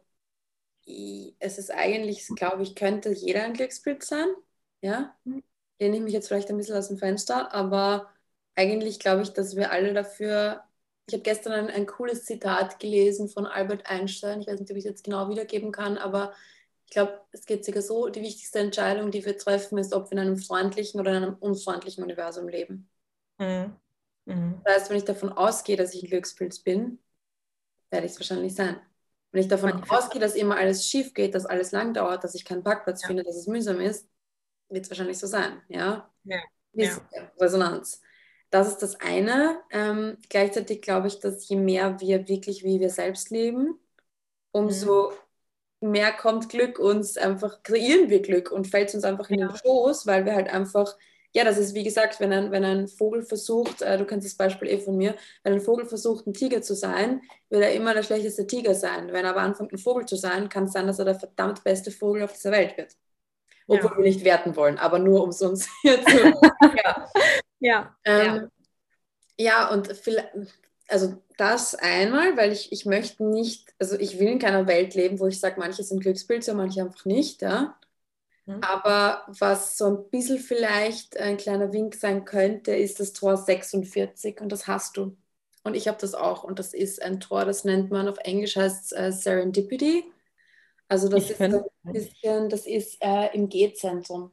es ist eigentlich, glaube ich, könnte jeder ein Glückspilz sein. Ja, lehne ich mich jetzt vielleicht ein bisschen aus dem Fenster, aber eigentlich glaube ich, dass wir alle dafür. Ich habe gestern ein, ein cooles Zitat gelesen von Albert Einstein. Ich weiß nicht, ob ich es jetzt genau wiedergeben kann, aber ich glaube, es geht sogar so: Die wichtigste Entscheidung, die wir treffen, ist, ob wir in einem freundlichen oder in einem unfreundlichen Universum leben. Mhm. Mhm. Das heißt, wenn ich davon ausgehe, dass ich ein Glückspilz bin, werde ich es wahrscheinlich sein. Wenn ich davon ausgehe, dass immer alles schief geht, dass alles lang dauert, dass ich keinen Parkplatz ja. finde, dass es mühsam ist, wird es wahrscheinlich so sein. Ja? Ja. Ja. Resonanz. Das ist das eine. Ähm, gleichzeitig glaube ich, dass je mehr wir wirklich wie wir selbst leben, umso mhm. mehr kommt Glück uns einfach, kreieren wir Glück und fällt es uns einfach in ja. den Schoß, weil wir halt einfach, ja, das ist wie gesagt, wenn ein, wenn ein Vogel versucht, äh, du kennst das Beispiel eh von mir, wenn ein Vogel versucht, ein Tiger zu sein, wird er immer der schlechteste Tiger sein. Wenn er aber anfängt, ein Vogel zu sein, kann es sein, dass er der verdammt beste Vogel auf dieser Welt wird. Obwohl ja. wir nicht werten wollen, aber nur um es uns hier zu... ja. Ja. Ähm, ja. ja, und vielleicht, also das einmal, weil ich, ich möchte nicht, also ich will in keiner Welt leben, wo ich sage, manche sind Glückspilze, manche einfach nicht, ja. Mhm. Aber was so ein bisschen vielleicht ein kleiner Wink sein könnte, ist das Tor sechsundvierzig und das hast du. Und ich habe das auch und das ist ein Tor, das nennt man auf Englisch heißt äh, Serendipity. Also das ich ist ein bisschen, das ist äh, im G-Zentrum.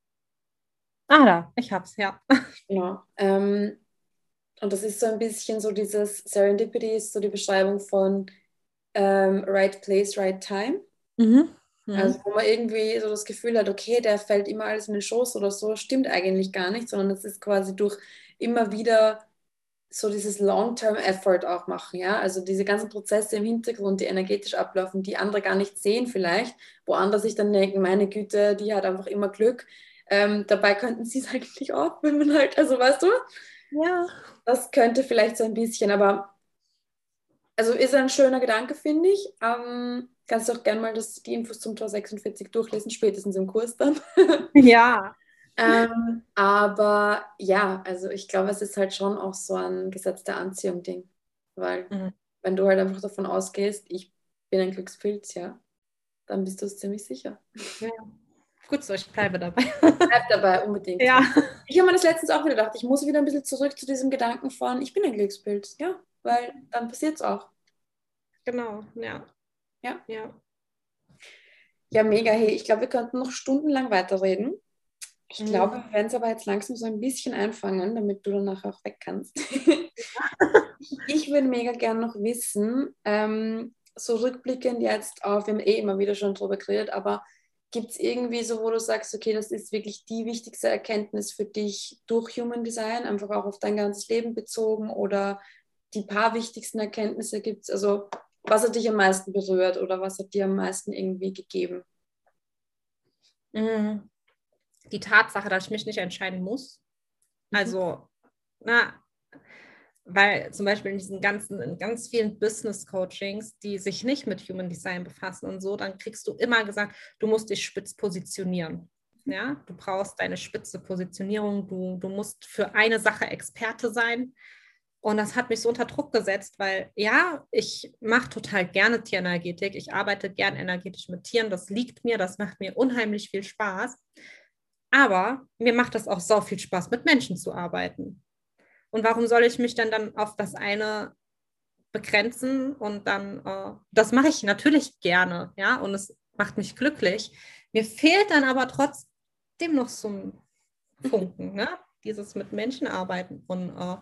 Ah, da, ich hab's, ja. Genau. Ähm, und das ist so ein bisschen so dieses Serendipity ist so die Beschreibung von ähm, right place, right time. Mhm. Mhm. Also wo man irgendwie so das Gefühl hat, okay, der fällt immer alles in den Schoß oder so, stimmt eigentlich gar nicht, sondern es ist quasi durch immer wieder so dieses Long-Term-Effort auch machen, ja, also diese ganzen Prozesse im Hintergrund, die energetisch ablaufen, die andere gar nicht sehen vielleicht, wo andere sich dann denken, meine Güte, die hat einfach immer Glück, ähm, dabei könnten sie es eigentlich auch, wenn man halt, also weißt du, ja, das könnte vielleicht so ein bisschen, aber also ist ein schöner Gedanke, finde ich, ähm, kannst du auch gerne mal das, die Infos zum Tor sechsundvierzig durchlesen, spätestens im Kurs dann. Ja. Ähm, aber ja, also ich glaube, es ist halt schon auch so ein Gesetz der Anziehung-Ding. Weil mhm. wenn du halt einfach davon ausgehst, ich bin ein Glückspilz, ja, dann bist du es ziemlich sicher. Ja. Gut so, ich bleibe dabei. Bleib dabei, unbedingt. Ja. Ich habe mir das letztens auch wieder gedacht, ich muss wieder ein bisschen zurück zu diesem Gedanken von, ich bin ein Glückspilz, ja, weil dann passiert es auch. Genau, ja. Ja. Ja, ja mega. Hey, ich glaube, wir könnten noch stundenlang weiterreden. Ich glaube, wir werden es aber jetzt langsam so ein bisschen einfangen, damit du danach auch weg kannst. Ich würde mega gerne noch wissen, ähm, so rückblickend jetzt auf, wir haben eh immer wieder schon drüber geredet, aber gibt es irgendwie so, wo du sagst, okay, das ist wirklich die wichtigste Erkenntnis für dich durch Human Design, einfach auch auf dein ganzes Leben bezogen oder die paar wichtigsten Erkenntnisse gibt es, also was hat dich am meisten berührt oder was hat dir am meisten irgendwie gegeben? Mhm. Die Tatsache, dass ich mich nicht entscheiden muss. Mhm. Also, na, weil zum Beispiel in diesen ganzen, in ganz vielen Business-Coachings, die sich nicht mit Human Design befassen und so, dann kriegst du immer gesagt, du musst dich spitz positionieren. Ja, du brauchst deine spitze Positionierung, du, du musst für eine Sache Experte sein. Und das hat mich so unter Druck gesetzt, weil ja, ich mache total gerne Tierenergetik. Ich arbeite gern energetisch mit Tieren. Das liegt mir, das macht mir unheimlich viel Spaß. Aber mir macht es auch so viel Spaß, mit Menschen zu arbeiten. Und warum soll ich mich denn dann auf das eine begrenzen? Und dann, äh, das mache ich natürlich gerne, ja, und es macht mich glücklich. Mir fehlt dann aber trotzdem noch so ein Funken, ne? Dieses mit Menschen arbeiten. Und äh,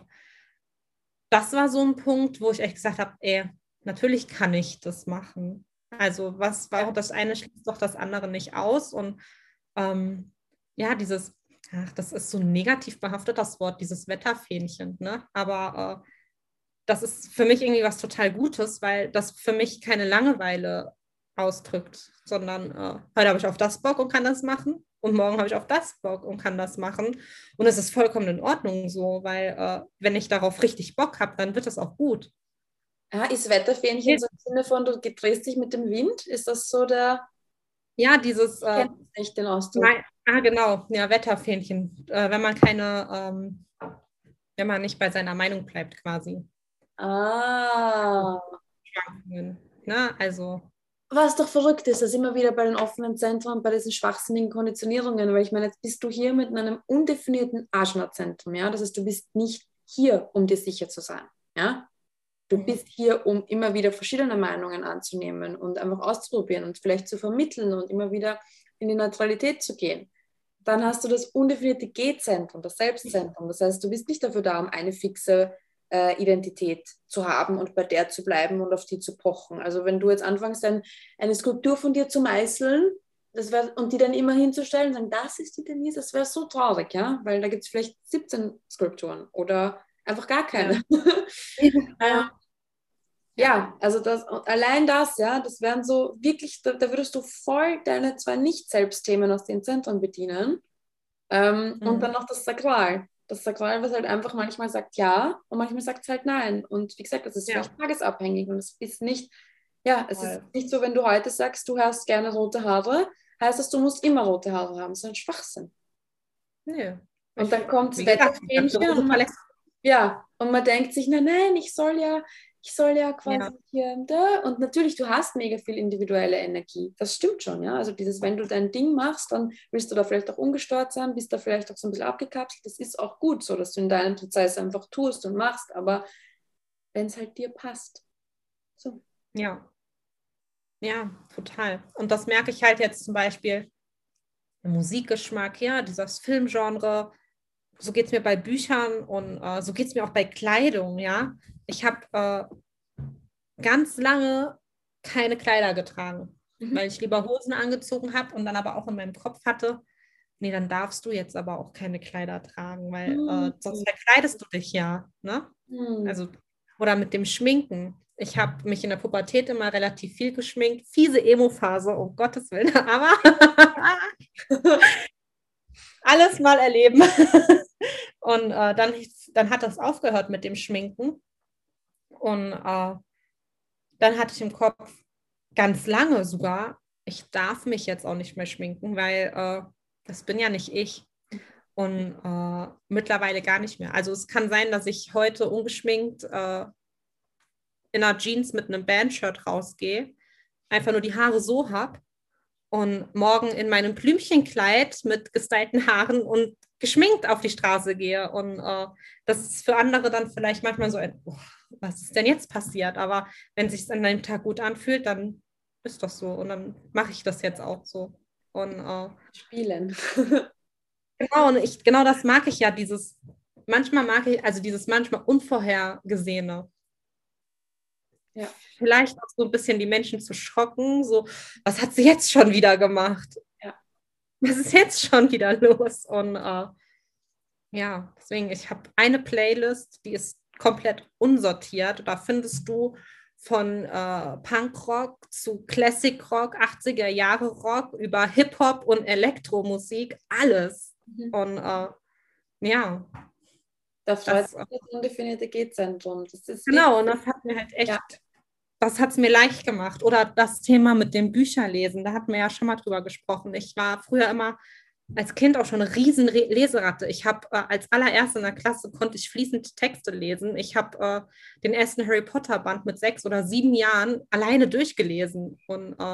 das war so ein Punkt, wo ich echt gesagt habe, ey, natürlich kann ich das machen. Also was war das eine schließt doch das andere nicht aus. Und ähm, ja, dieses, ach, das ist so ein negativ behaftet, das Wort, dieses Wetterfähnchen, ne? Aber äh, das ist für mich irgendwie was total Gutes, weil das für mich keine Langeweile ausdrückt, sondern äh, heute habe ich auf das Bock und kann das machen und morgen habe ich auf das Bock und kann das machen. Und es ist vollkommen in Ordnung so, weil äh, wenn ich darauf richtig Bock habe, dann wird es auch gut. Ah, ist Wetterfähnchen so im Sinne von, du drehst dich mit dem Wind? Ist das so der... Ja, dieses... Ich äh, kenne nicht den Ausdruck. Nein, ah, genau, ja, Wetterfähnchen. Äh, wenn man keine, ähm, wenn man nicht bei seiner Meinung bleibt, quasi. Ah. Schwankungen, ne? Also. Was doch verrückt ist, dass immer wieder bei den offenen Zentren, bei diesen schwachsinnigen Konditionierungen, weil ich meine, jetzt bist du hier mit einem undefinierten Ajna-Zentrum, ja, das heißt, du bist nicht hier, um dir sicher zu sein, ja. Du bist hier, um immer wieder verschiedene Meinungen anzunehmen und einfach auszuprobieren und vielleicht zu vermitteln und immer wieder in die Neutralität zu gehen. Dann hast du das undefinierte G-Zentrum, das Selbstzentrum. Das heißt, du bist nicht dafür da, um eine fixe äh, Identität zu haben und bei der zu bleiben und auf die zu pochen. Also wenn du jetzt anfängst, ein, eine Skulptur von dir zu meißeln das wär, und die dann immer hinzustellen und sagen, das ist die Denise, das wäre so traurig, ja, weil da gibt es vielleicht siebzehn Skulpturen oder einfach gar keine. Ja. Ja, also das, allein das, ja, das wären so wirklich, da, da würdest du voll deine zwei Nicht-Selbst-Themen aus den Zentren bedienen. Ähm, mhm. Und dann noch das Sakral. Das Sakral, was halt einfach manchmal sagt ja und manchmal sagt es halt nein. Und wie gesagt, das ist ja. vielleicht tagesabhängig und es ist nicht, ja, es ist nicht so, wenn du heute sagst, du hast gerne rote Haare, heißt das, du musst immer rote Haare haben. Das ist ein Schwachsinn. Nee. Und dann kommt das Wetterfähnchen und man, ja, und man denkt sich, nein, nein, ich soll ja ich soll ja quasi ja. hier und da. Und natürlich, du hast mega viel individuelle Energie. Das stimmt schon, ja. Also dieses, wenn du dein Ding machst, dann willst du da vielleicht auch ungestört sein, bist da vielleicht auch so ein bisschen abgekapselt. Das ist auch gut so, dass du in deinem Prozess einfach tust und machst, aber wenn es halt dir passt. So. Ja. Ja, total. Und das merke ich halt jetzt zum Beispiel im Musikgeschmack, ja, dieses Filmgenre. So geht es mir bei Büchern und äh, so geht es mir auch bei Kleidung, ja. Ich habe äh, ganz lange keine Kleider getragen, mhm. weil ich lieber Hosen angezogen habe und dann aber auch in meinem Kopf hatte, nee, dann darfst du jetzt aber auch keine Kleider tragen, weil mhm. äh, sonst verkleidest du dich ja, ne? Mhm. Also, oder mit dem Schminken. Ich habe mich in der Pubertät immer relativ viel geschminkt, fiese Emo-Phase, um Gottes Willen, aber alles mal erleben. Und äh, dann, dann hat das aufgehört mit dem Schminken. Und äh, dann hatte ich im Kopf ganz lange sogar, ich darf mich jetzt auch nicht mehr schminken, weil äh, das bin ja nicht ich. Und äh, mittlerweile gar nicht mehr. Also es kann sein, dass ich heute ungeschminkt äh, in einer Jeans mit einem Bandshirt rausgehe, einfach nur die Haare so habe und morgen in meinem Blümchenkleid mit gestylten Haaren und geschminkt auf die Straße gehe. Und äh, das ist für andere dann vielleicht manchmal so ein, oh, was ist denn jetzt passiert? Aber wenn es sich an einem Tag gut anfühlt, dann ist das so. Und dann mache ich das jetzt auch so. Und äh, Spielen. Genau, und ich, genau das mag ich ja, dieses, manchmal mag ich, also dieses manchmal Unvorhergesehene. Ja. Vielleicht auch so ein bisschen die Menschen zu schocken, so, was hat sie jetzt schon wieder gemacht? Ja. Was ist jetzt schon wieder los? Und äh, ja, deswegen, ich habe eine Playlist, die ist komplett unsortiert. Da findest du von äh, Punkrock zu Classic-Rock, achtziger Jahre Rock, über Hip-Hop und Elektromusik, alles. Mhm. Und äh, ja. Da freut sich das undefinierte G-Zentrum. Genau, und das hat mir halt echt, ja. das hat es mir leicht gemacht. Oder das Thema mit dem Bücherlesen, da hatten wir ja schon mal drüber gesprochen. Ich war früher immer als Kind auch schon eine riesen Re- Leseratte. Ich habe äh, als allererste in der Klasse konnte ich fließend Texte lesen. Ich habe äh, den ersten Harry Potter Band mit sechs oder sieben Jahren alleine durchgelesen und äh,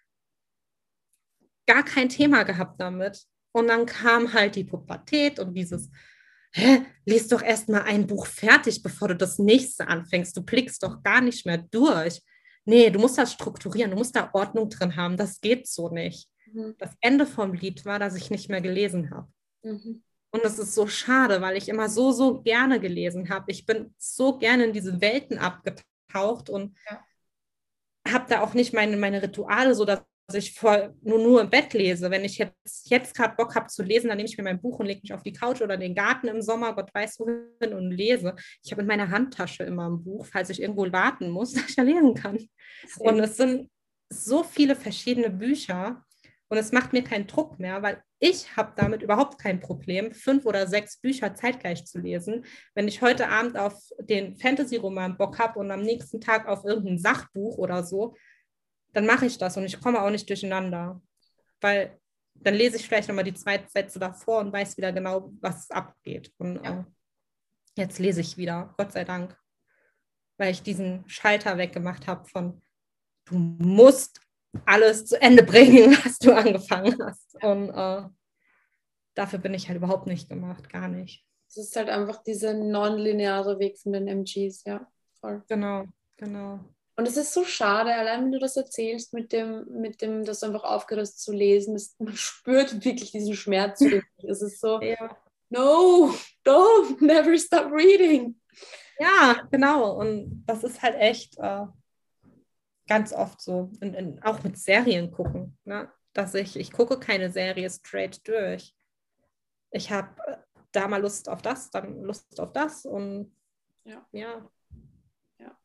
gar kein Thema gehabt damit. Und dann kam halt die Pubertät und dieses, hä, lies doch erst mal ein Buch fertig, bevor du das nächste anfängst. Du blickst doch gar nicht mehr durch. Nee, du musst das strukturieren, du musst da Ordnung drin haben. Das geht so nicht. Mhm. Das Ende vom Lied war, dass ich nicht mehr gelesen habe. Mhm. Und das ist so schade, weil ich immer so, so gerne gelesen habe. Ich bin so gerne in diese Welten abgetaucht und Ja. habe da auch nicht meine, meine Rituale, so dass ich vor, nur, nur im Bett lese. Wenn ich jetzt, jetzt gerade Bock habe zu lesen, dann nehme ich mir mein Buch und lege mich auf die Couch oder in den Garten im Sommer, Gott weiß wohin, und lese. Ich habe in meiner Handtasche immer ein Buch, falls ich irgendwo warten muss, dass ich da lesen kann. Und es sind so viele verschiedene Bücher und es macht mir keinen Druck mehr, weil ich habe damit überhaupt kein Problem, fünf oder sechs Bücher zeitgleich zu lesen. Wenn ich heute Abend auf den Fantasy-Roman Bock habe und am nächsten Tag auf irgendein Sachbuch oder so, dann mache ich das und ich komme auch nicht durcheinander, weil dann lese ich vielleicht nochmal die zwei Sätze davor und weiß wieder genau, was abgeht. Und Ja. äh, jetzt lese ich wieder, Gott sei Dank, weil ich diesen Schalter weggemacht habe von, du musst alles zu Ende bringen, was du angefangen hast. Und äh, dafür bin ich halt überhaupt nicht gemacht, gar nicht. Es ist halt einfach dieser non-lineare Weg von den M Gs, ja, voll. Genau, genau. Und es ist so schade, allein wenn du das erzählst, mit dem, mit dem, dass du einfach aufgehört hast zu lesen, das, man spürt wirklich diesen Schmerz. Es ist so, Ja. no, don't, never stop reading. Ja, genau. Und das ist halt echt äh, ganz oft so. Und, und auch mit Serien gucken, ne? Dass ich, ich gucke keine Serie straight durch. Ich habe äh, da mal Lust auf das, dann Lust auf das und Ja. ja. Ja.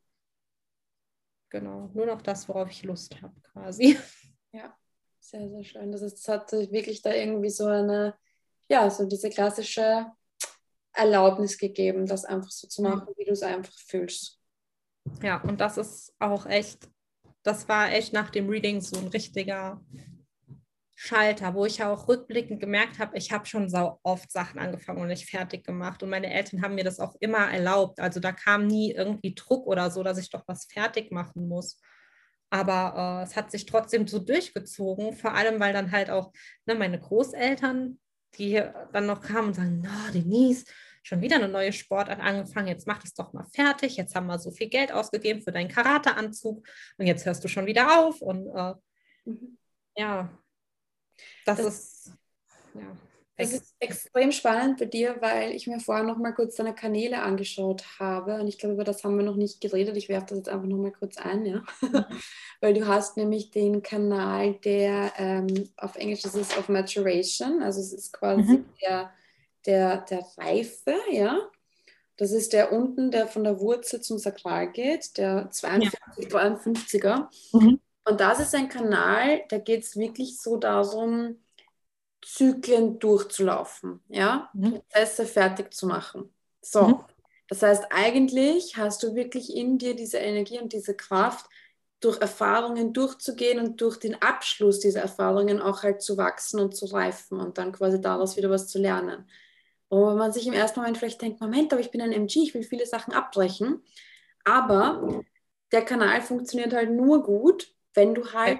Genau, nur noch das, worauf ich Lust habe, quasi. Ja, sehr, sehr schön. Das, ist, das hat wirklich da irgendwie so eine, ja, so diese klassische Erlaubnis gegeben, das einfach so zu machen, wie du es einfach fühlst. Ja, und das ist auch echt, das war echt nach dem Reading so ein richtiger Schalter, wo ich auch rückblickend gemerkt habe, ich habe schon sau oft Sachen angefangen und nicht fertig gemacht. Und meine Eltern haben mir das auch immer erlaubt. Also da kam nie irgendwie Druck oder so, dass ich doch was fertig machen muss. Aber äh, es hat sich trotzdem so durchgezogen, vor allem, weil dann halt auch ne, meine Großeltern, die dann noch kamen und sagen, na, Denise, schon wieder eine neue Sportart angefangen, jetzt mach das doch mal fertig, jetzt haben wir so viel Geld ausgegeben für deinen Karateanzug und jetzt hörst du schon wieder auf. Und äh, Mhm. ja, das, Das- ist, ja, Das weg. ist extrem spannend bei dir, weil ich mir vorher noch mal kurz deine Kanäle angeschaut habe und ich glaube, über das haben wir noch nicht geredet. Ich werfe das jetzt einfach noch mal kurz ein, ja. Weil du hast nämlich den Kanal, der ähm, auf Englisch ist es of Maturation, also es ist quasi Mhm. der, der, der Reife, ja. Das ist der unten, der von der Wurzel zum Sakral geht, der zweiundvierzig, dreiundfünfziger. Mhm. Und das ist ein Kanal, da geht es wirklich so darum, Zyklen durchzulaufen, ja, Mhm. Prozesse fertig zu machen. So, Mhm. das heißt, eigentlich hast du wirklich in dir diese Energie und diese Kraft, durch Erfahrungen durchzugehen und durch den Abschluss dieser Erfahrungen auch halt zu wachsen und zu reifen und dann quasi daraus wieder was zu lernen. Und wenn man sich im ersten Moment vielleicht denkt, Moment, aber ich bin ein M G, ich will viele Sachen abbrechen, aber der Kanal funktioniert halt nur gut, wenn du halt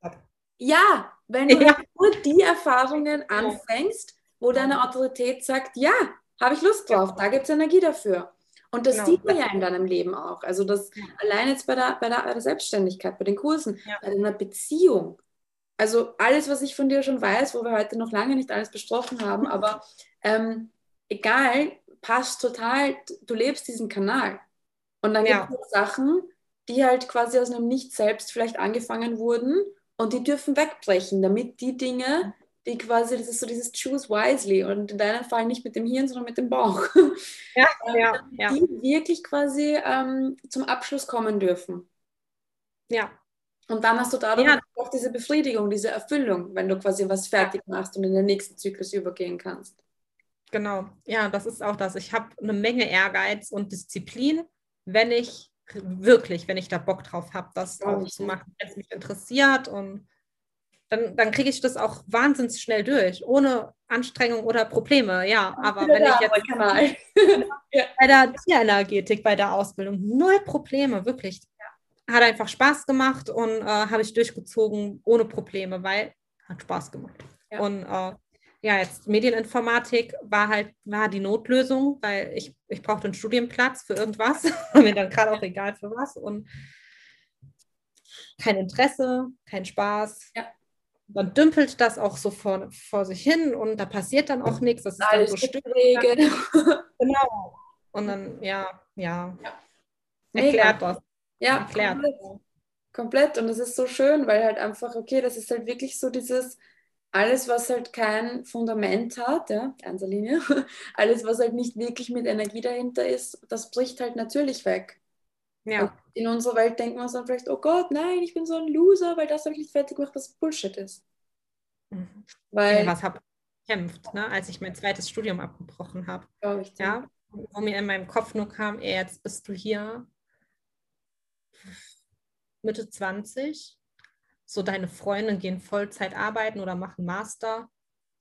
ja, wenn du Ja. halt nur die Erfahrungen anfängst, wo deine Autorität sagt, ja, habe ich Lust drauf, da gibt es Energie dafür. Und das Genau. sieht man ja in deinem Leben auch. Also das allein jetzt bei der, bei der, bei der Selbstständigkeit, bei den Kursen, Ja. bei deiner Beziehung. Also alles, was ich von dir schon weiß, wo wir heute noch lange nicht alles besprochen haben, aber ähm, egal, passt total, du lebst diesen Kanal. Und dann Ja. gibt es Sachen, die halt quasi aus einem Nicht-Selbst vielleicht angefangen wurden und die dürfen wegbrechen, damit die Dinge, die quasi, das ist so dieses Choose wisely und in deinem Fall nicht mit dem Hirn, sondern mit dem Bauch, Ja, ähm, ja, ja. die wirklich quasi ähm, zum Abschluss kommen dürfen. Ja. Und dann hast du dadurch Ja. auch diese Befriedigung, diese Erfüllung, wenn du quasi was fertig machst und in den nächsten Zyklus übergehen kannst. Genau, ja, das ist auch das. Ich habe eine Menge Ehrgeiz und Disziplin, wenn ich wirklich, wenn ich da Bock drauf habe, das Glaub auch ich, zu ja. machen, wenn es mich interessiert. Und dann, dann kriege ich das auch wahnsinnig schnell durch, ohne Anstrengung oder Probleme. Ja, aber Wieder wenn der ich jetzt andere Kanal. Ja. bei der Tierenergetik, bei der Ausbildung, null Probleme, wirklich. Hat einfach Spaß gemacht und äh, habe ich durchgezogen ohne Probleme, weil hat Spaß gemacht. Ja. Und äh, ja, jetzt Medieninformatik war halt war die Notlösung, weil ich, ich brauchte einen Studienplatz für irgendwas, war mir dann gerade auch egal für was und kein Interesse, kein Spaß. Ja. Dann dümpelt das auch so vor, vor sich hin und da passiert dann auch nichts. Das ist dann Alles so Stück. Gepräge. Genau. Und dann, ja, ja, Ja. erklärt Mega. das. Ja, Erklärt. komplett. Komplett. Und das ist so schön, weil halt einfach, okay, das ist halt wirklich so dieses, alles, was halt kein Fundament hat, ja, in erster Linie, alles, was halt nicht wirklich mit Energie dahinter ist, das bricht halt natürlich weg. Und Ja. in unserer Welt denkt man uns dann vielleicht, oh Gott, nein, ich bin so ein Loser, weil das habe ich nicht fertig gemacht, was Bullshit ist. Mhm. Weil, Ja, was habe ich gekämpft, ne, als ich mein zweites Studium abgebrochen habe. glaube ich, Ja, wo mir in meinem Kopf nur kam, ey, jetzt bist du hier Mitte zwanzig, so deine Freunde gehen Vollzeit arbeiten oder machen Master,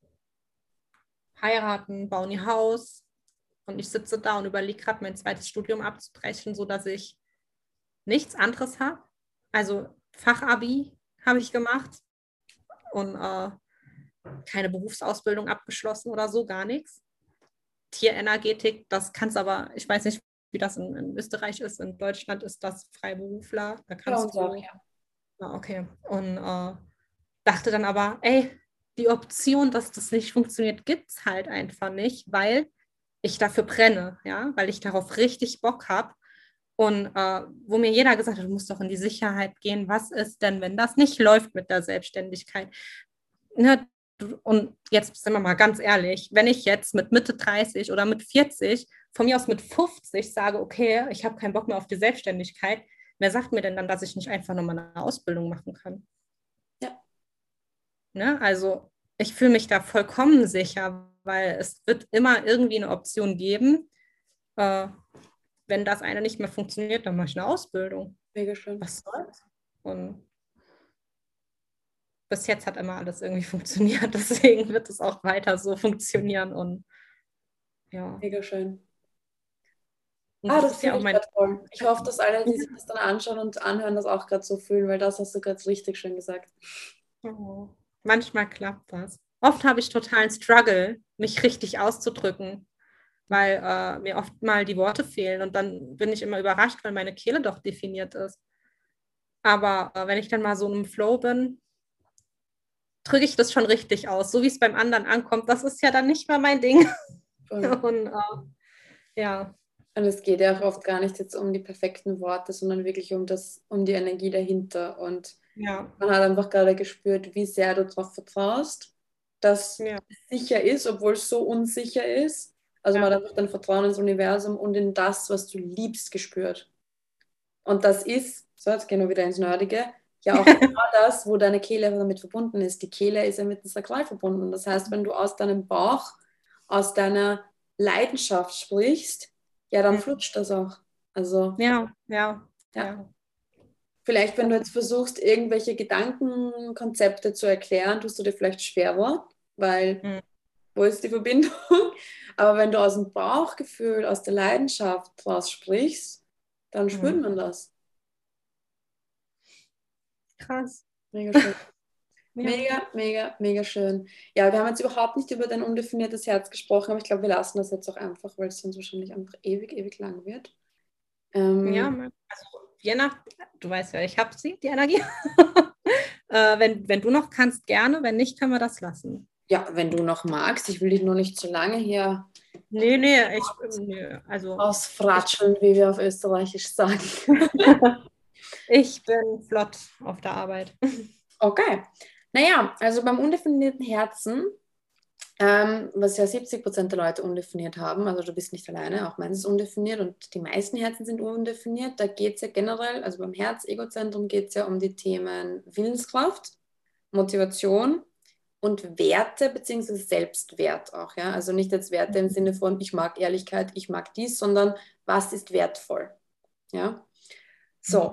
heiraten, bauen ihr Haus und ich sitze da und überlege gerade mein zweites Studium abzubrechen, sodass ich nichts anderes habe. Also Fachabi habe ich gemacht und äh, keine Berufsausbildung abgeschlossen oder so, gar nichts. Tierenergetik, das kannst aber, ich weiß nicht, wie das in, in Österreich ist, in Deutschland ist das Freiberufler, da bei kannst uns du, auch, ja. ah, okay, und äh, dachte dann aber, ey, die Option, dass das nicht funktioniert, gibt es halt einfach nicht, weil ich dafür brenne, ja, weil ich darauf richtig Bock habe und äh, wo mir jeder gesagt hat, du musst doch in die Sicherheit gehen, was ist denn, wenn das nicht läuft mit der Selbstständigkeit? Ne, und jetzt sind wir mal ganz ehrlich, wenn ich jetzt mit Mitte dreißig oder mit vierzig, von mir aus mit fünfzig sage, okay, ich habe keinen Bock mehr auf die Selbstständigkeit, wer sagt mir denn dann, dass ich nicht einfach nochmal eine Ausbildung machen kann? Ja. Ne? Also ich fühle mich da vollkommen sicher, weil es wird immer irgendwie eine Option geben. Äh, wenn das eine nicht mehr funktioniert, dann mache ich eine Ausbildung. Mega schön. Was soll's? Und bis jetzt hat immer alles irgendwie funktioniert, deswegen wird es auch weiter so funktionieren und ja. Mega schön. Und Ah, das das ist ja finde auch ich mein. gerade toll. Ich hoffe, dass alle, die sich das dann anschauen und anhören, das auch gerade so fühlen, weil das hast du gerade richtig schön gesagt. Oh, manchmal klappt das. Oft habe ich totalen Struggle, mich richtig auszudrücken, weil äh, mir oft mal die Worte fehlen und dann bin ich immer überrascht, weil meine Kehle doch definiert ist. Aber äh, wenn ich dann mal so im Flow bin, drücke ich das schon richtig aus. So wie es beim anderen ankommt, das ist ja dann nicht mehr mein Ding. Voll. Und äh, ja. Und es geht ja auch oft gar nicht jetzt um die perfekten Worte, sondern wirklich um das, um die Energie dahinter. Und Ja. man hat einfach gerade gespürt, wie sehr du darauf vertraust, dass Ja. es sicher ist, obwohl es so unsicher ist. Also Ja. man hat einfach dein Vertrauen ins Universum und in das, was du liebst, gespürt. Und das ist, so jetzt gehen wir wieder ins Nerdige, ja auch genau das, wo deine Kehle damit verbunden ist. Die Kehle ist ja mit dem Sakral verbunden. Das heißt, wenn du aus deinem Bauch, aus deiner Leidenschaft sprichst, ja, dann flutscht das auch. Also, Ja, ja, ja. ja. Vielleicht, wenn du jetzt versuchst, irgendwelche Gedankenkonzepte zu erklären, tust du dir vielleicht schwerer, weil Mhm. wo ist die Verbindung? Aber wenn du aus dem Bauchgefühl, aus der Leidenschaft draus sprichst, dann spürt Mhm. man das. Krass. Mega schön. Ja. Mega, mega, mega schön. Ja, wir haben jetzt überhaupt nicht über dein undefiniertes Herz gesprochen, aber ich glaube, wir lassen das jetzt auch einfach, weil es sonst wahrscheinlich einfach ewig, ewig lang wird. Ähm, Ja, also je nach, du weißt ja, ich habe sie, die Energie. äh, wenn, wenn du noch kannst, gerne, wenn nicht, können wir das lassen. ja, wenn du noch magst, ich will dich nur nicht zu lange hier Nee, nee, ich, nee, also ausfratscheln, wie wir auf Österreichisch sagen. ich bin flott auf der Arbeit. Okay. Naja, also beim undefinierten Herzen, ähm, was ja siebzig Prozent der Leute undefiniert haben, also du bist nicht alleine, auch meins ist undefiniert und die meisten Herzen sind undefiniert. Da geht es ja generell, also beim Herz-Ego-Zentrum geht es ja um die Themen Willenskraft, Motivation und Werte bzw. Selbstwert auch. Ja? Also nicht jetzt Werte im Sinne von, ich mag Ehrlichkeit, ich mag dies, sondern was ist wertvoll. Ja? So,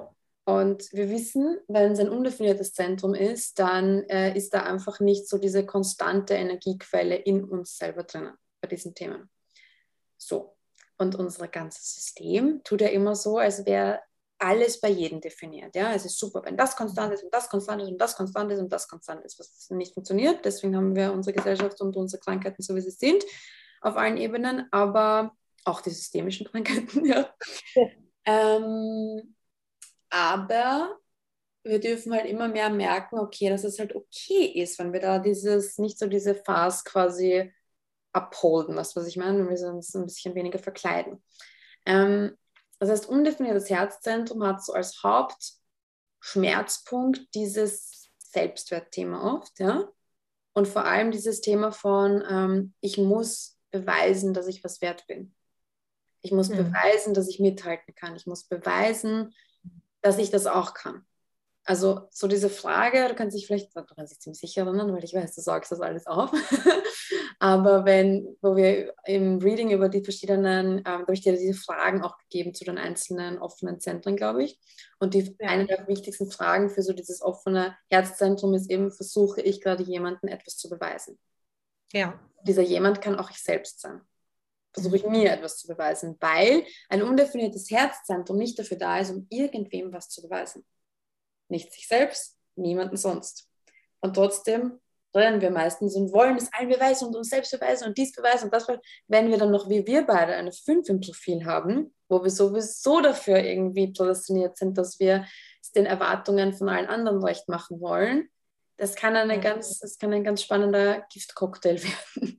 Und wir wissen, wenn es ein undefiniertes Zentrum ist, dann äh, ist da einfach nicht so diese konstante Energiequelle in uns selber drinnen bei diesen Themen. So. Und unser ganzes System tut ja immer so, als wäre alles bei jedem definiert. Ja? Es ist super, wenn das konstant ist und das konstant ist und das konstant ist und das konstant ist, was nicht funktioniert. Deswegen haben wir unsere Gesellschaft und unsere Krankheiten so, wie sie sind, auf allen Ebenen, aber auch die systemischen Krankheiten, ja. ja. Ähm, aber wir dürfen halt immer mehr merken, okay, dass es halt okay ist, wenn wir da dieses, nicht so diese Phase quasi upholden, was, was ich meine, wenn wir uns ein bisschen weniger verkleiden. Ähm, das heißt, undefiniertes Herzzentrum hat so als Hauptschmerzpunkt dieses Selbstwertthema oft, ja, und vor allem dieses Thema von, ähm, ich muss beweisen, dass ich was wert bin. Ich muss mhm. beweisen, dass ich mithalten kann. Ich muss beweisen, dass ich das auch kann. Also so diese Frage, du kannst dich vielleicht, du kannst dich ziemlich sicher erinnern, weil ich weiß, du sagst das alles auf. Aber wenn, wo wir im Reading über die verschiedenen, ähm, da habe ich dir diese Fragen auch gegeben zu den einzelnen offenen Zentren, glaube ich. Und die, ja. eine der wichtigsten Fragen für so dieses offene Herzzentrum ist eben, versuche ich gerade jemandem etwas zu beweisen. Ja. Dieser jemand kann auch ich selbst sein. Versuche ich mir etwas zu beweisen, weil ein undefiniertes Herzzentrum nicht dafür da ist, um irgendwem was zu beweisen. Nicht sich selbst, niemanden sonst. Und trotzdem rennen wir meistens und wollen es allen beweisen und uns selbst beweisen und dies beweisen und das beweisen. Wenn wir dann noch, wie wir beide, eine fünf im Profil haben, wo wir sowieso dafür irgendwie prädestiniert sind, dass wir es den Erwartungen von allen anderen recht machen wollen, das kann, eine ganz, das kann ein ganz spannender Giftcocktail werden.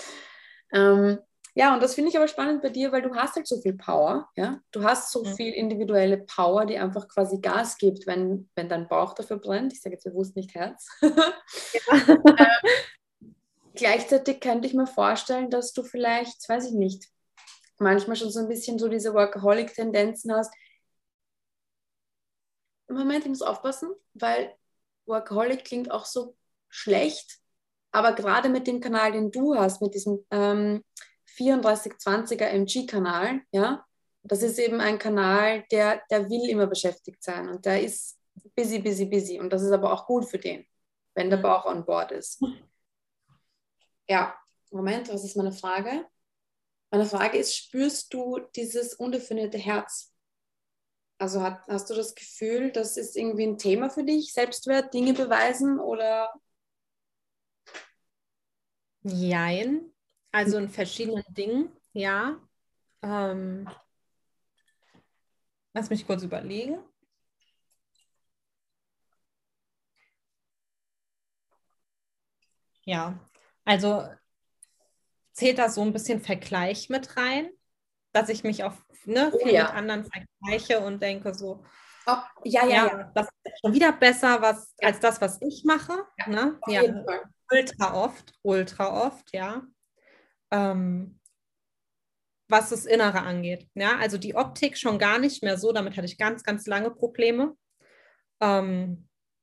ähm, Ja, und das finde ich aber spannend bei dir, weil du hast halt so viel Power, ja. Du hast so viel individuelle Power, die einfach quasi Gas gibt, wenn, wenn dein Bauch dafür brennt. Ich sage jetzt bewusst nicht Herz. ähm, gleichzeitig könnte ich mir vorstellen, dass du vielleicht, weiß ich nicht, manchmal schon so ein bisschen so diese Workaholic-Tendenzen hast. Im Moment, ich muss aufpassen, weil Workaholic klingt auch so schlecht, aber gerade mit dem Kanal, den du hast, mit diesem ähm, vierunddreißig zwanziger M G-Kanal, ja, das ist eben ein Kanal, der, der will immer beschäftigt sein und der ist busy, busy, busy und das ist aber auch gut für den, wenn der Bauch on board ist. Ja, Moment, was ist meine Frage? Meine Frage ist, spürst du dieses undefinierte Herz? Also hat, hast du das Gefühl, das ist irgendwie ein Thema für dich, Selbstwert, Dinge beweisen oder? Jein. Also in verschiedenen Dingen, ja. Ähm, lass mich kurz überlegen. Ja, also zählt da so ein bisschen Vergleich mit rein, dass ich mich auch ne, viel oh, ja. mit anderen vergleiche und denke so, oh, ja, ja, ja, ja, das ist schon wieder besser was, ja. als das, was ich mache. Ja, ne? auf ja, jeden Fall. Ultra oft, ultra oft, ja. Ähm, was das Innere angeht. Ja, also die Optik schon gar nicht mehr so, damit hatte ich ganz, ganz lange Probleme. Ähm,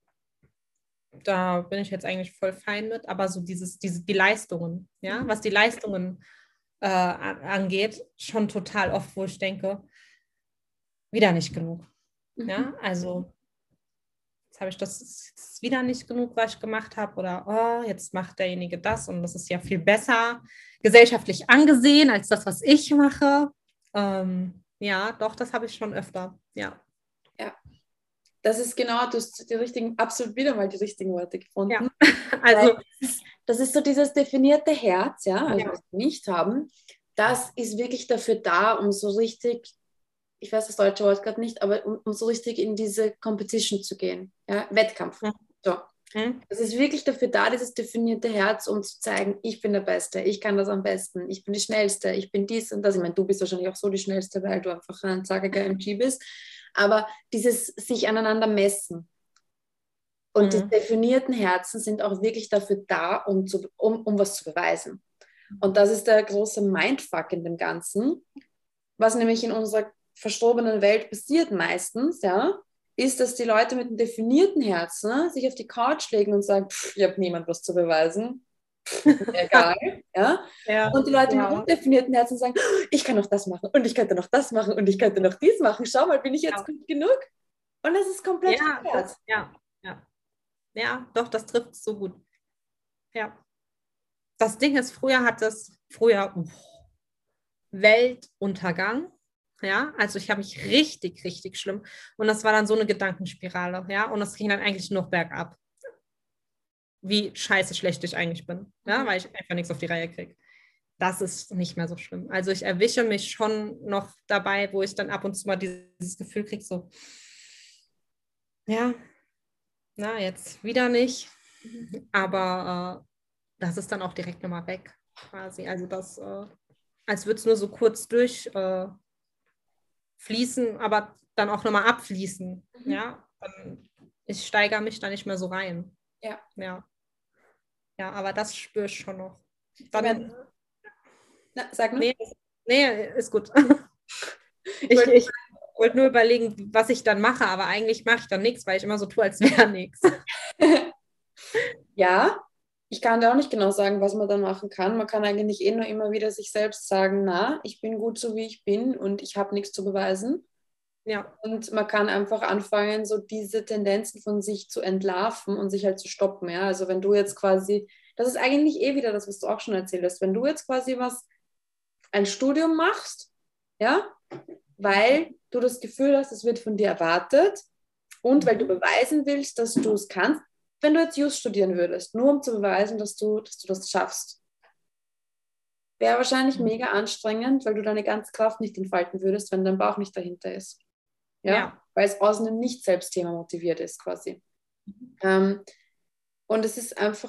da bin ich jetzt eigentlich voll fein mit, aber so dieses, diese, die Leistungen, ja, mhm. was die Leistungen äh, angeht, schon total oft, wo ich denke, wieder nicht genug. Mhm. Ja, also jetzt habe ich das ist wieder nicht genug, was ich gemacht habe, oder oh, jetzt macht derjenige das und das ist ja viel besser gesellschaftlich angesehen als das, was ich mache. Ähm, ja, doch, das habe ich schon öfter, ja. Ja, das ist genau, du hast die richtigen, absolut wieder mal die richtigen Worte gefunden. Ja. Also das ist, das ist so dieses definierte Herz, ja, also ja. was wir nicht haben, das ist wirklich dafür da, um so richtig, ich weiß das deutsche Wort gerade nicht, aber um, um so richtig in diese Competition zu gehen, ja, Wettkampf. Ja. So. Mhm. Das ist wirklich dafür da, dieses definierte Herz, um zu zeigen, ich bin der Beste, ich kann das am besten, ich bin die Schnellste, ich bin dies und das. Ich meine, du bist wahrscheinlich auch so die Schnellste, weil du einfach ein zagiger M G bist. Aber dieses sich aneinander messen. Und mhm. die definierten Herzen sind auch wirklich dafür da, um, zu, um, um was zu beweisen. Und das ist der große Mindfuck in dem Ganzen, was nämlich in unserer verstorbenen Welt passiert meistens, ja, ist, dass die Leute mit einem definierten Herzen ne, sich auf die Couch legen und sagen, ich habe niemand was zu beweisen. Pff, egal. ja? Ja, und die Leute ja. mit undefinierten Herzen sagen, ich kann noch das machen und ich könnte noch das machen und ich könnte noch dies machen. Schau mal, bin ich jetzt ja. gut genug? Und das ist komplett Ja, verkehrt. das, ja, ja. Ja, doch, das trifft es so gut. Ja. Das Ding ist, früher hat es, früher uff, Weltuntergang. Ja, also ich habe mich richtig, richtig schlimm. Und das war dann so eine Gedankenspirale, ja, und das ging dann eigentlich nur noch bergab. Wie scheiße schlecht ich eigentlich bin, ja, Mhm. weil ich einfach nichts auf die Reihe kriege. Das ist nicht mehr so schlimm. Also ich erwische mich schon noch dabei, wo ich dann ab und zu mal dieses Gefühl kriege, so, ja, na, jetzt wieder nicht. Aber äh, das ist dann auch direkt nochmal weg, quasi. Also das, äh, als würde es nur so kurz durch äh, fließen, aber dann auch nochmal abfließen. Mhm. Ja, dann, ich steigere mich da nicht mehr so rein. Ja. Ja, ja, aber das spüre ich schon noch. Dann, Dann, na, sag nur. nee, nee, ist gut. Ich, ich wollte nur überlegen, was ich dann mache, aber eigentlich mache ich dann nichts, weil ich immer so tue, als wäre nichts. Ja, ich kann da auch nicht genau sagen, was man dann machen kann. Man kann eigentlich eh nur immer wieder sich selbst sagen, na, ich bin gut so, wie ich bin und ich habe nichts zu beweisen. Ja, Und man kann einfach anfangen, so diese Tendenzen von sich zu entlarven und sich halt zu stoppen. Ja? Also wenn du jetzt quasi, das ist eigentlich eh wieder das, was du auch schon erzählt hast, wenn du jetzt quasi was, ein Studium machst, ja, weil du das Gefühl hast, es wird von dir erwartet und weil du beweisen willst, dass du es kannst, wenn du jetzt Just studieren würdest, nur um zu beweisen, dass du, dass du das schaffst, wäre wahrscheinlich mega anstrengend, weil du deine ganze Kraft nicht entfalten würdest, wenn dein Bauch nicht dahinter ist. Ja, ja. weil es aus einem Nicht-Selbstthema motiviert ist quasi. Ähm, und es ist einfach,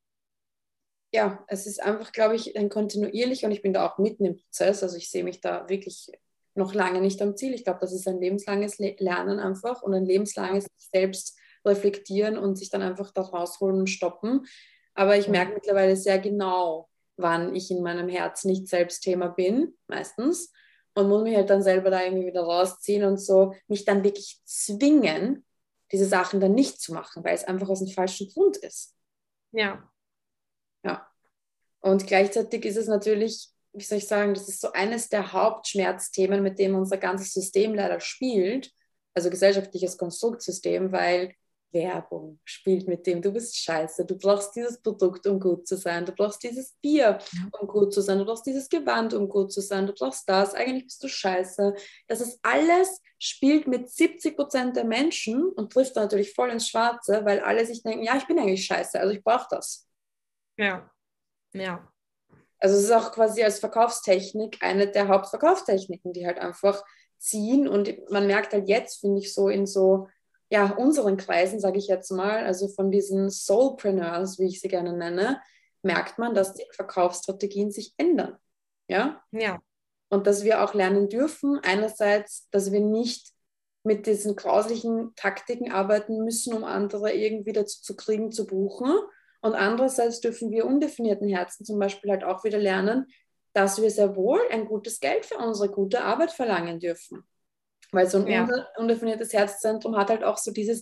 ja, es ist einfach, glaube ich, ein kontinuierlicher und ich bin da auch mitten im Prozess, also ich sehe mich da wirklich noch lange nicht am Ziel. Ich glaube, das ist ein lebenslanges Le- Lernen einfach und ein lebenslanges sich selbst reflektieren und sich dann einfach da rausholen und stoppen. Aber ich Ja. merke mittlerweile sehr genau, wann ich in meinem Herz nicht Selbstthema bin, meistens. Und muss mich halt dann selber da irgendwie wieder rausziehen und so mich dann wirklich zwingen, diese Sachen dann nicht zu machen, weil es einfach aus dem falschen Grund ist. Ja. Ja. Und gleichzeitig ist es natürlich, wie soll ich sagen, das ist so eines der Hauptschmerzthemen, mit dem unser ganzes System leider spielt, also gesellschaftliches Konstruktsystem, weil Werbung spielt mit dem, du bist scheiße, du brauchst dieses Produkt, um gut zu sein, du brauchst dieses Bier, um gut zu sein, du brauchst dieses Gewand, um gut zu sein, du brauchst das, eigentlich bist du scheiße. Das ist alles, spielt mit siebzig Prozent der Menschen und trifft natürlich voll ins Schwarze, weil alle sich denken, ja, ich bin eigentlich scheiße, also ich brauche das. Ja. Ja. Also es ist auch quasi als Verkaufstechnik eine der Hauptverkaufstechniken, die halt einfach ziehen. Und man merkt halt jetzt, finde ich, so in so, ja, unseren Kreisen, sage ich jetzt mal, also von diesen Soulpreneurs, wie ich sie gerne nenne, merkt man, dass die Verkaufsstrategien sich ändern. Ja? Ja. Und dass wir auch lernen dürfen, einerseits, dass wir nicht mit diesen grauslichen Taktiken arbeiten müssen, um andere irgendwie dazu zu kriegen, zu buchen. Und andererseits dürfen wir undefinierten Herzen zum Beispiel halt auch wieder lernen, dass wir sehr wohl ein gutes Geld für unsere gute Arbeit verlangen dürfen. Weil so ein Ja. undefiniertes Herzzentrum hat halt auch so dieses,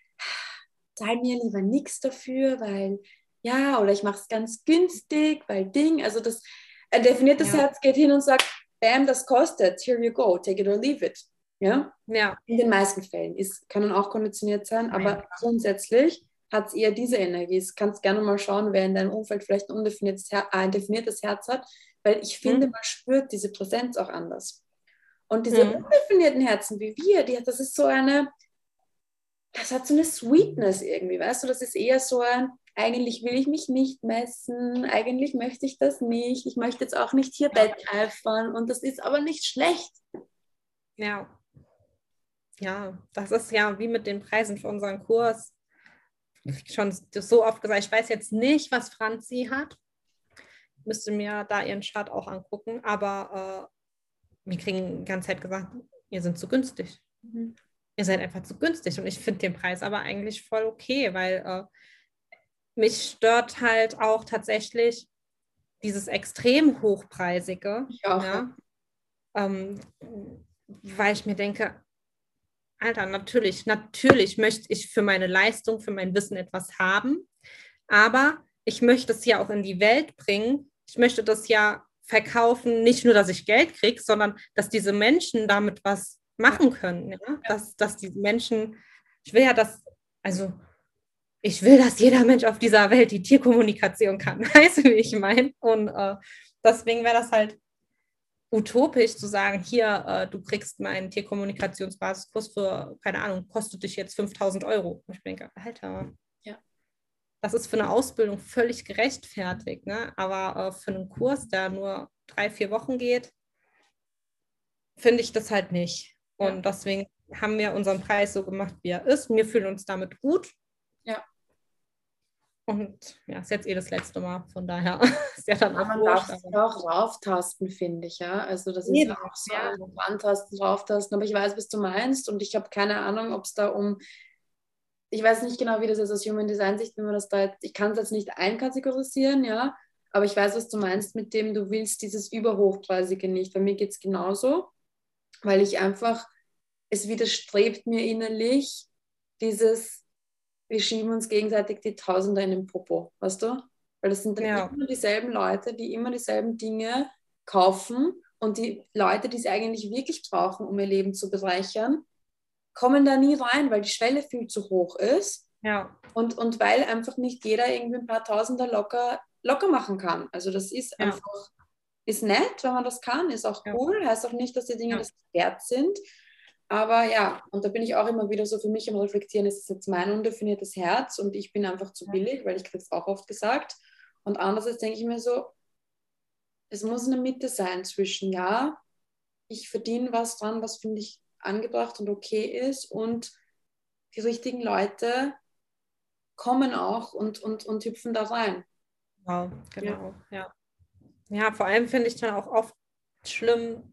zahl mir lieber nichts dafür, weil, ja, oder ich mache es ganz günstig, weil Ding, also das, ein definiertes Ja. Herz geht hin und sagt, bam, das kostet, here you go, take it or leave it. Ja? Ja. In den meisten Fällen. Ist, können auch konditioniert sein, aber Ja. grundsätzlich hat es eher diese Energie. Du kannst gerne mal schauen, wer in deinem Umfeld vielleicht ein undefiniertes Her äh, ein definiertes Herz hat, weil ich finde, Hm. man spürt diese Präsenz auch anders. Und diese Hm. undefinierten Herzen wie wir, die, das ist so eine, das hat so eine Sweetness irgendwie, weißt du, das ist eher so ein, eigentlich will ich mich nicht messen, eigentlich möchte ich das nicht, ich möchte jetzt auch nicht hier wetteifern und das ist aber nicht schlecht. Ja. Ja, das ist ja wie mit den Preisen für unseren Kurs. Schon so oft gesagt, ich weiß jetzt nicht, was Franzi hat. Müsste mir da ihren Chart auch angucken, aber äh, wir kriegen die ganze Zeit gesagt, ihr seid zu günstig. Mhm. Ihr seid einfach zu günstig und ich finde den Preis aber eigentlich voll okay, weil äh, mich stört halt auch tatsächlich dieses extrem hochpreisige, Ich auch. ja, ähm, weil ich mir denke, Alter, natürlich, natürlich möchte ich für meine Leistung, für mein Wissen etwas haben, aber ich möchte es ja auch in die Welt bringen. Ich möchte das ja verkaufen, nicht nur, dass ich Geld kriege, sondern dass diese Menschen damit was machen können. Ja? Dass, dass die Menschen, ich will ja, dass, also ich will, dass jeder Mensch auf dieser Welt die Tierkommunikation kann. Weißt du, wie ich meine? Und äh, deswegen wäre das halt utopisch zu sagen, hier, äh, du kriegst meinen Tierkommunikationsbasiskurs für, keine Ahnung, kostet dich jetzt fünftausend Euro. Und ich denke, Alter, Ja. das ist für eine Ausbildung völlig gerechtfertigt, ne? Aber äh, für einen Kurs, der nur drei, vier Wochen geht, finde ich das halt nicht. Und Ja. deswegen haben wir unseren Preis so gemacht, wie er ist. Wir fühlen uns damit gut. Ja. Und ja, ist jetzt eh das letzte Mal, von daher ist ja dann Ja, auch man wurscht. darf sich auch rauftasten, finde ich, ja. Also das ist Eben, ja auch so ja. ein Antasten, rauftasten, aber ich weiß, was du meinst und ich habe keine Ahnung, ob es da um, ich weiß nicht genau, wie das ist aus Human Design Sicht, wenn man das da jetzt, ich kann es jetzt nicht einkategorisieren, ja, aber ich weiß, was du meinst mit dem, du willst dieses Überhochpreisige nicht. Bei mir geht es genauso, weil ich einfach, es widerstrebt mir innerlich dieses, wir schieben uns gegenseitig die Tausender in den Popo, weißt du? Weil das sind dann Ja. immer dieselben Leute, die immer dieselben Dinge kaufen und die Leute, die sie eigentlich wirklich brauchen, um ihr Leben zu bereichern, kommen da nie rein, weil die Schwelle viel zu hoch ist Ja. und, und weil einfach nicht jeder irgendwie ein paar Tausender locker, locker machen kann. Also das ist Ja. einfach, ist nett, wenn man das kann, ist auch Ja. cool, heißt auch nicht, dass die Dinge Ja. das wert sind. Aber ja, und da bin ich auch immer wieder so für mich am Reflektieren, ist es jetzt mein undefiniertes Herz und ich bin einfach zu billig, weil ich kriege es auch oft gesagt. Und andererseits denke ich mir so, es muss eine Mitte sein zwischen, ja, ich verdiene was dran, was finde ich angebracht und okay ist und die richtigen Leute kommen auch und, und, und hüpfen da rein. Genau, genau, ja. Ja, vor allem finde ich dann auch oft schlimm,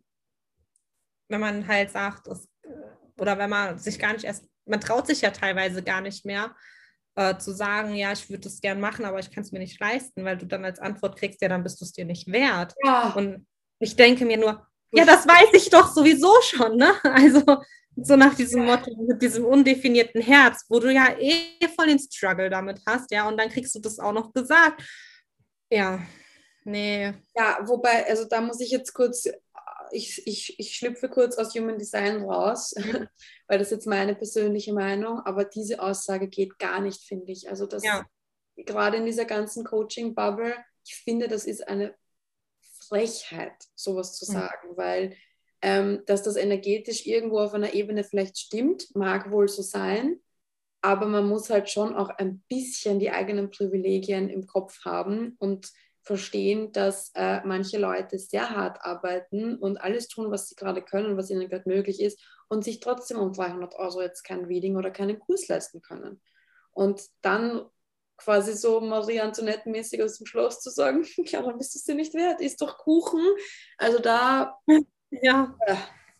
wenn man halt sagt, es, oder wenn man sich gar nicht erst, man traut sich ja teilweise gar nicht mehr, äh, zu sagen, ja, ich würde das gern machen, aber ich kann es mir nicht leisten, weil du dann als Antwort kriegst, ja, dann bist du es dir nicht wert. Ja. Und ich denke mir nur, ja, das weiß ich doch sowieso schon, ne? Also so nach diesem Motto, mit diesem undefinierten Herz, wo du ja eh voll den Struggle damit hast, ja, und dann kriegst du das auch noch gesagt. Ja, nee. Ja, wobei, also da muss ich jetzt kurz, ich, ich, ich schlüpfe kurz aus Human Design raus, Mhm. weil das ist jetzt meine persönliche Meinung, aber diese Aussage geht gar nicht, finde ich. Also das, Ja. gerade in dieser ganzen Coaching-Bubble, ich finde, das ist eine Frechheit, sowas zu sagen, mhm. weil ähm, dass das energetisch irgendwo auf einer Ebene vielleicht stimmt, mag wohl so sein, aber man muss halt schon auch ein bisschen die eigenen Privilegien im Kopf haben und verstehen, dass äh, manche Leute sehr hart arbeiten und alles tun, was sie gerade können, was ihnen gerade möglich ist und sich trotzdem um dreihundert Euro jetzt kein Reading oder keinen Kurs leisten können. Und dann quasi so Marie Antoinette-mäßig aus dem Schloss zu sagen, ja, dann bist du es dir nicht wert, ist doch Kuchen. Also da... Ja. Äh,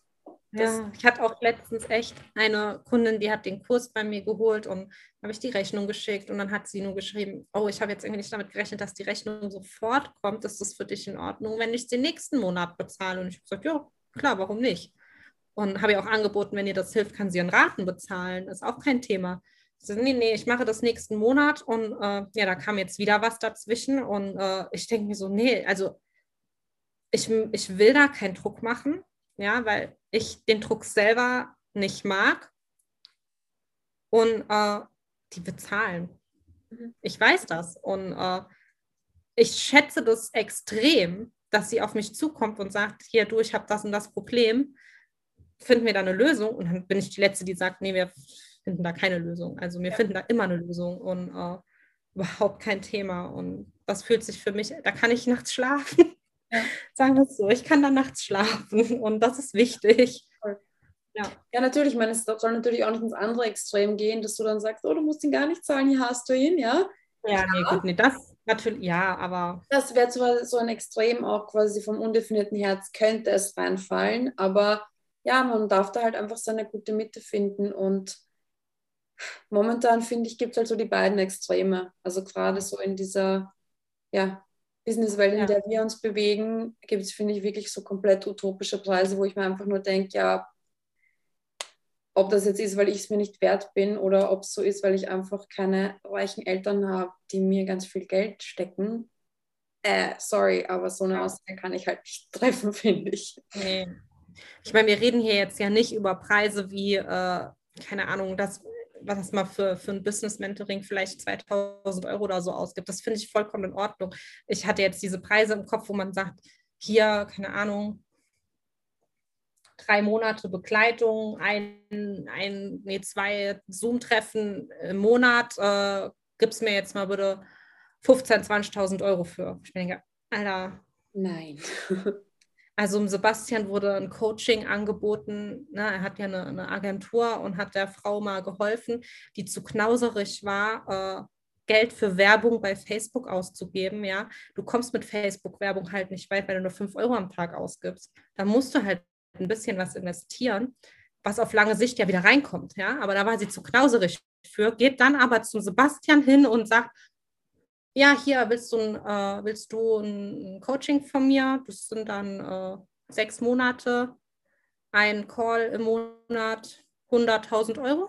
Ja, ich hatte auch letztens echt eine Kundin, die hat den Kurs bei mir geholt und habe ich die Rechnung geschickt und dann hat sie nur geschrieben, oh, ich habe jetzt irgendwie nicht damit gerechnet, dass die Rechnung sofort kommt. Ist das für dich in Ordnung, wenn ich den nächsten Monat bezahle? Und ich habe gesagt, ja, klar, warum nicht? Und habe ihr auch angeboten, wenn ihr das hilft, kann sie ihren Raten bezahlen. Ist auch kein Thema. Ich so, nee, nee, ich mache das nächsten Monat und äh, ja, da kam jetzt wieder was dazwischen und äh, ich denke mir so, nee, also ich, ich will da keinen Druck machen. Ja, weil ich den Druck selber nicht mag und äh, die bezahlen. Mhm. Ich weiß das und äh, ich schätze das extrem, dass sie auf mich zukommt und sagt, hier, du, ich habe das und das Problem, finden wir da eine Lösung? Und dann bin ich die Letzte, die sagt, nee, wir finden da keine Lösung. Also wir ja. finden da immer eine Lösung und äh, überhaupt kein Thema und das fühlt sich für mich, da kann ich nachts schlafen. Ja. Sagen wir es so, ich kann da nachts schlafen und das ist wichtig. Ja. Ja, natürlich, ich meine, es soll natürlich auch nicht ins andere Extrem gehen, dass du dann sagst, oh, du musst ihn gar nicht zahlen, hier hast du ihn, ja? Ja, ja. Nee, gut, nee, das natürlich, ja, aber... Das wäre zwar so ein Extrem auch quasi vom undefinierten Herz, könnte es reinfallen, aber ja, man darf da halt einfach seine gute Mitte finden und momentan, finde ich, gibt es halt so die beiden Extreme, also gerade so in dieser, ja, Businesswelt, in ja. der wir uns bewegen, gibt es, finde ich, wirklich so komplett utopische Preise, wo ich mir einfach nur denke, ja, ob das jetzt ist, weil ich es mir nicht wert bin oder ob es so ist, weil ich einfach keine reichen Eltern habe, die mir ganz viel Geld stecken. Äh, sorry, aber so eine Aussage kann ich halt nicht treffen, finde ich. Nee, Ich meine, wir reden hier jetzt ja nicht über Preise wie, äh, keine Ahnung, das, was das mal für, für ein Business-Mentoring vielleicht zweitausend Euro oder so ausgibt. Das finde ich vollkommen in Ordnung. Ich hatte jetzt diese Preise im Kopf, wo man sagt, hier, keine Ahnung, drei Monate Begleitung, ein, ein nee, zwei Zoom-Treffen im Monat, äh, gib's mir jetzt mal bitte fünfzehntausend, zwanzigtausend Euro für. Ich denke, Alter. Nein. Also dem Sebastian wurde ein Coaching angeboten. Ne? Er hat ja eine, eine Agentur und hat der Frau mal geholfen, die zu knauserig war, äh, Geld für Werbung bei Facebook auszugeben. Ja? Du kommst mit Facebook-Werbung halt nicht weit, wenn du nur fünf Euro am Tag ausgibst. Da musst du halt ein bisschen was investieren, was auf lange Sicht ja wieder reinkommt. Ja? Aber da war sie zu knauserig für, geht dann aber zum Sebastian hin und sagt, ja, hier willst du ein, äh, willst du ein Coaching von mir? Das sind dann äh, sechs Monate, ein Call im Monat, hunderttausend Euro.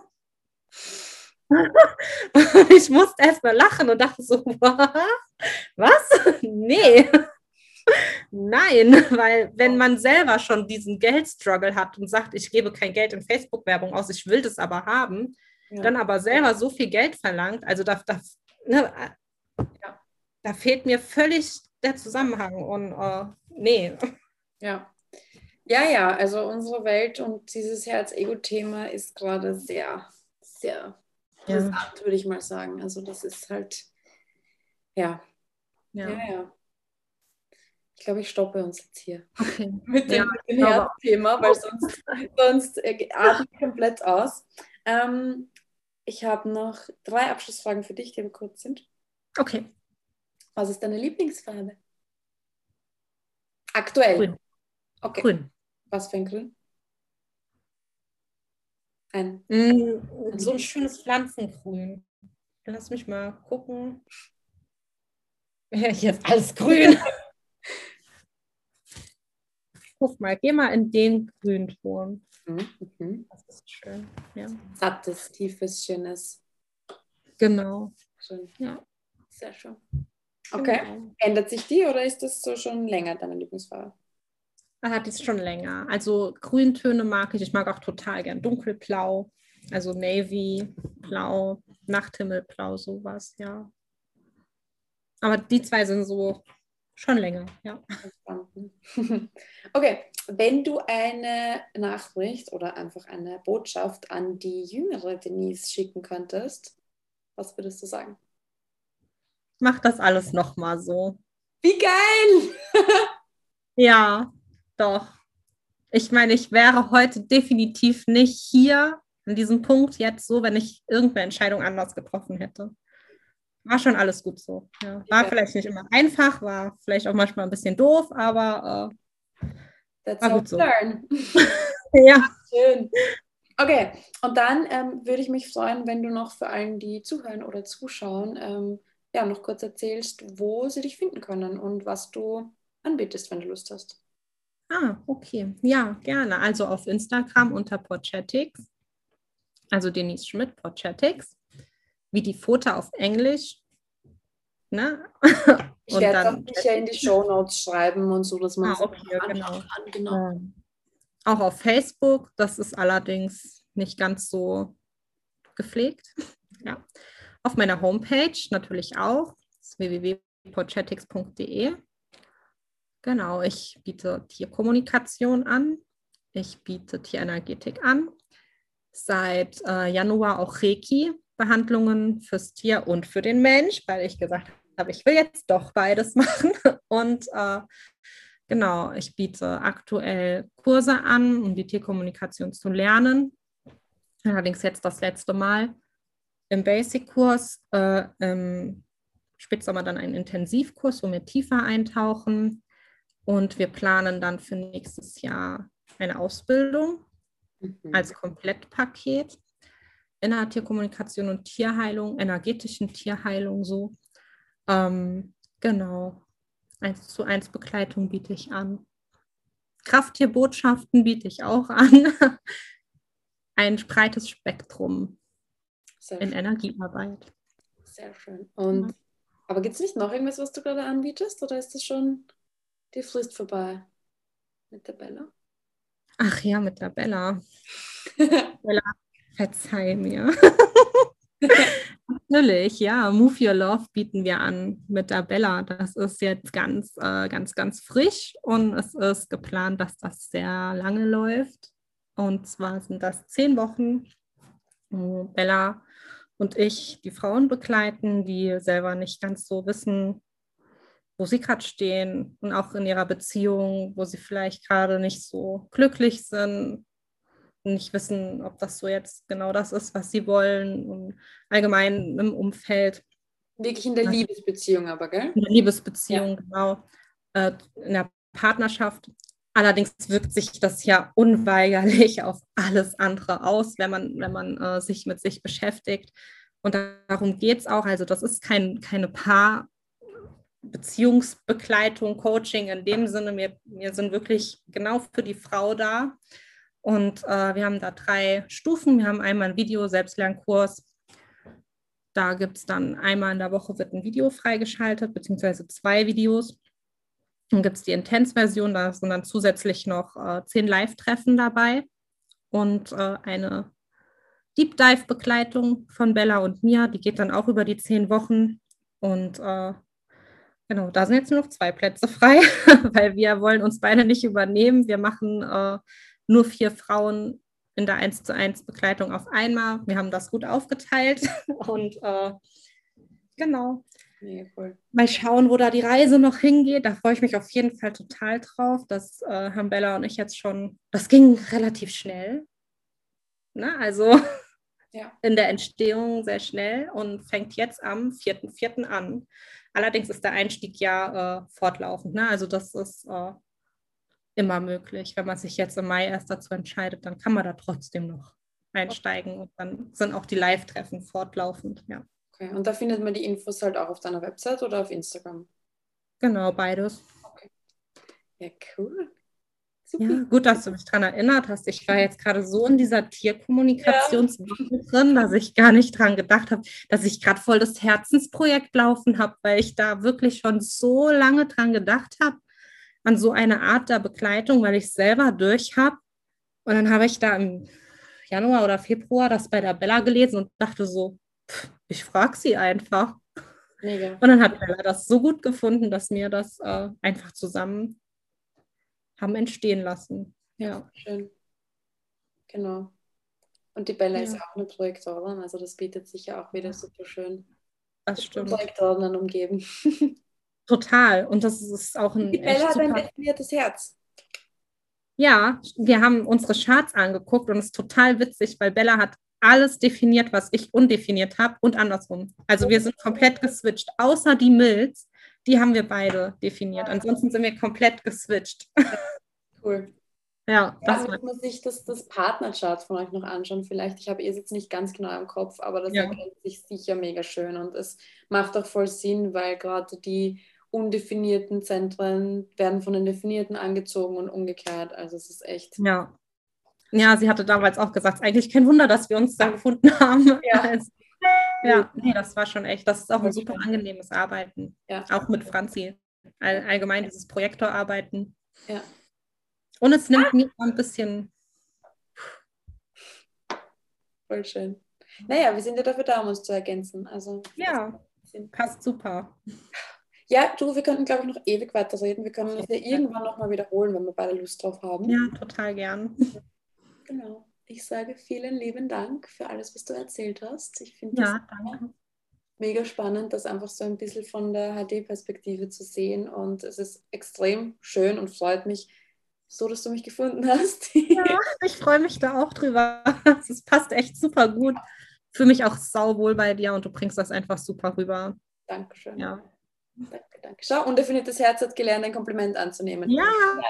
Ich musste erst mal lachen und dachte so, was? Nee. Nein, weil wenn man selber schon diesen Geldstruggle hat und sagt, ich gebe kein Geld in Facebook-Werbung aus, ich will das aber haben, ja. Dann aber selber so viel Geld verlangt, also da, da, ne, ja. Da fehlt mir völlig der Zusammenhang und uh, nee. Ja. Ja, ja, also unsere Welt und dieses Herz-Ego-Thema ist gerade sehr, sehr brisant, ja. Würde ich mal sagen. Also das ist halt, ja. Ja, ja. ja. Ich glaube, ich stoppe uns jetzt hier. Okay. mit dem, ja, mit dem Herzthema, weil sonst, sonst äh, atme ich komplett aus. Ähm, ich habe noch drei Abschlussfragen für dich, die aber kurz sind. Okay. Was ist deine Lieblingsfarbe? Aktuell? Grün. Okay. Grün. Was für ein Grün? Ein. Mm, so ein schönes Pflanzengrün. Lass mich mal gucken. Ja, hier ist alles grün. Guck mal, geh mal in den Grünton. Mhm. Das ist schön. Ja. Sattes, tiefes, schönes. Genau. Schön. Ja. Sehr schön. Okay. Genau. Ändert sich die oder ist das so schon länger deine Lieblingsfarbe? Ah, die ist schon länger. Also Grüntöne mag ich. Ich mag auch total gern dunkelblau. Also Navy, Blau, Nachthimmelblau, sowas, ja. Aber die zwei sind so schon länger, ja. Okay, wenn du eine Nachricht oder einfach eine Botschaft an die jüngere Denise schicken könntest, was würdest du sagen? Mach das alles nochmal so. Wie geil! Ja, doch. Ich meine, ich wäre heute definitiv nicht hier an diesem Punkt jetzt so, wenn ich irgendeine Entscheidung anders getroffen hätte. War schon alles gut so. Ja. War ja. Vielleicht nicht immer einfach, war vielleicht auch manchmal ein bisschen doof, aber äh, That's war how gut so. Learn. Ja. Schön. Okay, und dann ähm, würde ich mich freuen, wenn du noch für allen, die zuhören oder zuschauen, ähm, ja, noch kurz erzählst, wo sie dich finden können und was du anbietest, wenn du Lust hast. Ah, okay. Ja, gerne. Also auf Instagram unter Podchatics, also Denise Schmidt, Podchatics, wie die Foto auf Englisch. Ne? Ich werde es auch sicher in die Shownotes schreiben und so, dass man es ah, okay, genau. kann. Genau. Ja. Auch auf Facebook, das ist allerdings nicht ganz so gepflegt. Ja. Auf meiner Homepage natürlich auch, w w w punkt podchatics punkt d e. Genau, ich biete Tierkommunikation an, ich biete Tierenergetik an, seit äh, Januar auch Reiki-Behandlungen fürs Tier und für den Mensch, weil ich gesagt habe, ich will jetzt doch beides machen. Und äh, genau, ich biete aktuell Kurse an, um die Tierkommunikation zu lernen. Allerdings jetzt das letzte Mal im Basic-Kurs, äh, im Spätsommer dann einen Intensivkurs, wo wir tiefer eintauchen. Und wir planen dann für nächstes Jahr eine Ausbildung mhm. als Komplettpaket in der Tierkommunikation und Tierheilung, energetischen Tierheilung so. Ähm, genau, eins zu eins Begleitung biete ich an. Krafttierbotschaften biete ich auch an. Ein breites Spektrum Sehr in schön. Energiearbeit. Sehr schön. Und, ja. Aber gibt es nicht noch irgendwas, was du gerade anbietest oder ist das schon die Frist vorbei mit der Bella? Ach ja, mit der Bella. Bella, verzeih mir. Natürlich, ja. Move Your Love bieten wir an mit der Bella. Das ist jetzt ganz, äh, ganz, ganz frisch und es ist geplant, dass das sehr lange läuft. Und zwar sind das zehn Wochen, wo Bella und ich die Frauen begleiten, die selber nicht ganz so wissen, wo sie gerade stehen und auch in ihrer Beziehung, wo sie vielleicht gerade nicht so glücklich sind, nicht wissen, ob das so jetzt genau das ist, was sie wollen und allgemein im Umfeld. Wirklich in der Liebesbeziehung aber, gell? In der Liebesbeziehung, ja. Genau. Äh, in der Partnerschaft. Allerdings wirkt sich das ja unweigerlich auf alles andere aus, wenn man, wenn man äh, sich mit sich beschäftigt. Und darum geht es auch. Also das ist kein, keine Paar-Beziehungsbegleitung, Coaching in dem Sinne. Wir, wir sind wirklich genau für die Frau da. Und äh, wir haben da drei Stufen. Wir haben einmal einen Video-Selbstlernkurs. Da gibt es dann einmal in der Woche wird ein Video freigeschaltet, beziehungsweise zwei Videos. Dann gibt es die Intense-Version, da sind dann zusätzlich noch äh, zehn Live-Treffen dabei und äh, eine Deep Dive-Begleitung von Bella und mir. Die geht dann auch über die zehn Wochen. Und äh, genau, da sind jetzt nur noch zwei Plätze frei, weil wir wollen uns beide nicht übernehmen. Wir machen äh, nur vier Frauen in der eins zu eins Begleitung auf einmal. Wir haben das gut aufgeteilt und äh, genau. Mega cool. Mal schauen, wo da die Reise noch hingeht. Da freue ich mich auf jeden Fall total drauf. Das äh, haben Bella und ich jetzt schon, das ging relativ schnell. Na, also ja. In der Entstehung sehr schnell und fängt jetzt am vierten vierten an. Allerdings ist der Einstieg ja äh, fortlaufend. Ne? Also das ist äh, immer möglich. Wenn man sich jetzt im Mai erst dazu entscheidet, dann kann man da trotzdem noch einsteigen. Und dann sind auch die Live-Treffen fortlaufend. Ja. Okay, und da findet man die Infos halt auch auf deiner Website oder auf Instagram? Genau, beides. Okay. Ja, cool. Super. Ja, gut, dass du mich daran erinnert hast. Ich war jetzt gerade so in dieser Tierkommunikationswoche ja. drin, dass ich gar nicht dran gedacht habe, dass ich gerade voll das Herzensprojekt laufen habe, weil ich da wirklich schon so lange dran gedacht habe, an so eine Art der Begleitung, weil ich es selber durch habe. Und dann habe ich da im Januar oder Februar das bei der Bella gelesen und dachte so, pff, ich frage sie einfach. Mega. Und dann hat Bella das so gut gefunden, dass wir das äh, einfach zusammen haben entstehen lassen. Ja. Schön. Genau. Und die Bella ja. ist ja auch eine Projektorin, also das bietet sich ja auch wieder super schön. Das stimmt. Projektoren umgeben. Total. Und das ist auch ein Die Bella hat ein definiertes Herz. Ja, wir haben unsere Charts angeguckt und es ist total witzig, weil Bella hat alles definiert, was ich undefiniert habe und andersrum. Also wir sind komplett geswitcht, außer die Milz, die haben wir beide definiert. Ansonsten sind wir komplett geswitcht. Cool. Ja, das ja, muss man sich das, das Partnerchart von euch noch anschauen vielleicht. Ich habe es jetzt nicht ganz genau im Kopf, aber das ja. erkennt sich sicher mega schön und es macht auch voll Sinn, weil gerade die undefinierten Zentren werden von den Definierten angezogen und umgekehrt. Also es ist echt... Ja, ja, sie hatte damals auch gesagt, eigentlich kein Wunder, dass wir uns da gefunden haben. Ja, also, ja, nee, das war schon echt, das ist auch ein super angenehmes Arbeiten. Ja. Auch mit Franzi. All, allgemein dieses Projektorarbeiten. Ja. Und es nimmt mir ein bisschen... Voll schön. Naja, wir sind ja dafür da, um uns zu ergänzen. Also, ja, passt super. Ja, du, wir könnten, glaube ich, noch ewig weiterreden. Wir können das ja irgendwann nochmal wiederholen, wenn wir beide Lust drauf haben. Ja, total gern. Genau. Ich sage vielen lieben Dank für alles, was du erzählt hast. Ich finde ja, das danke. mega spannend, das einfach so ein bisschen von der H D-Perspektive zu sehen. Und es ist extrem schön und freut mich so, dass du mich gefunden hast. Ja, ich freue mich da auch drüber. Es passt echt super gut. Ich fühle mich auch sauwohl bei dir und du bringst das einfach super rüber. Dankeschön. Ja. Danke, danke. Schau, undefiniertes Herz hat gelernt, ein Kompliment anzunehmen. Ja.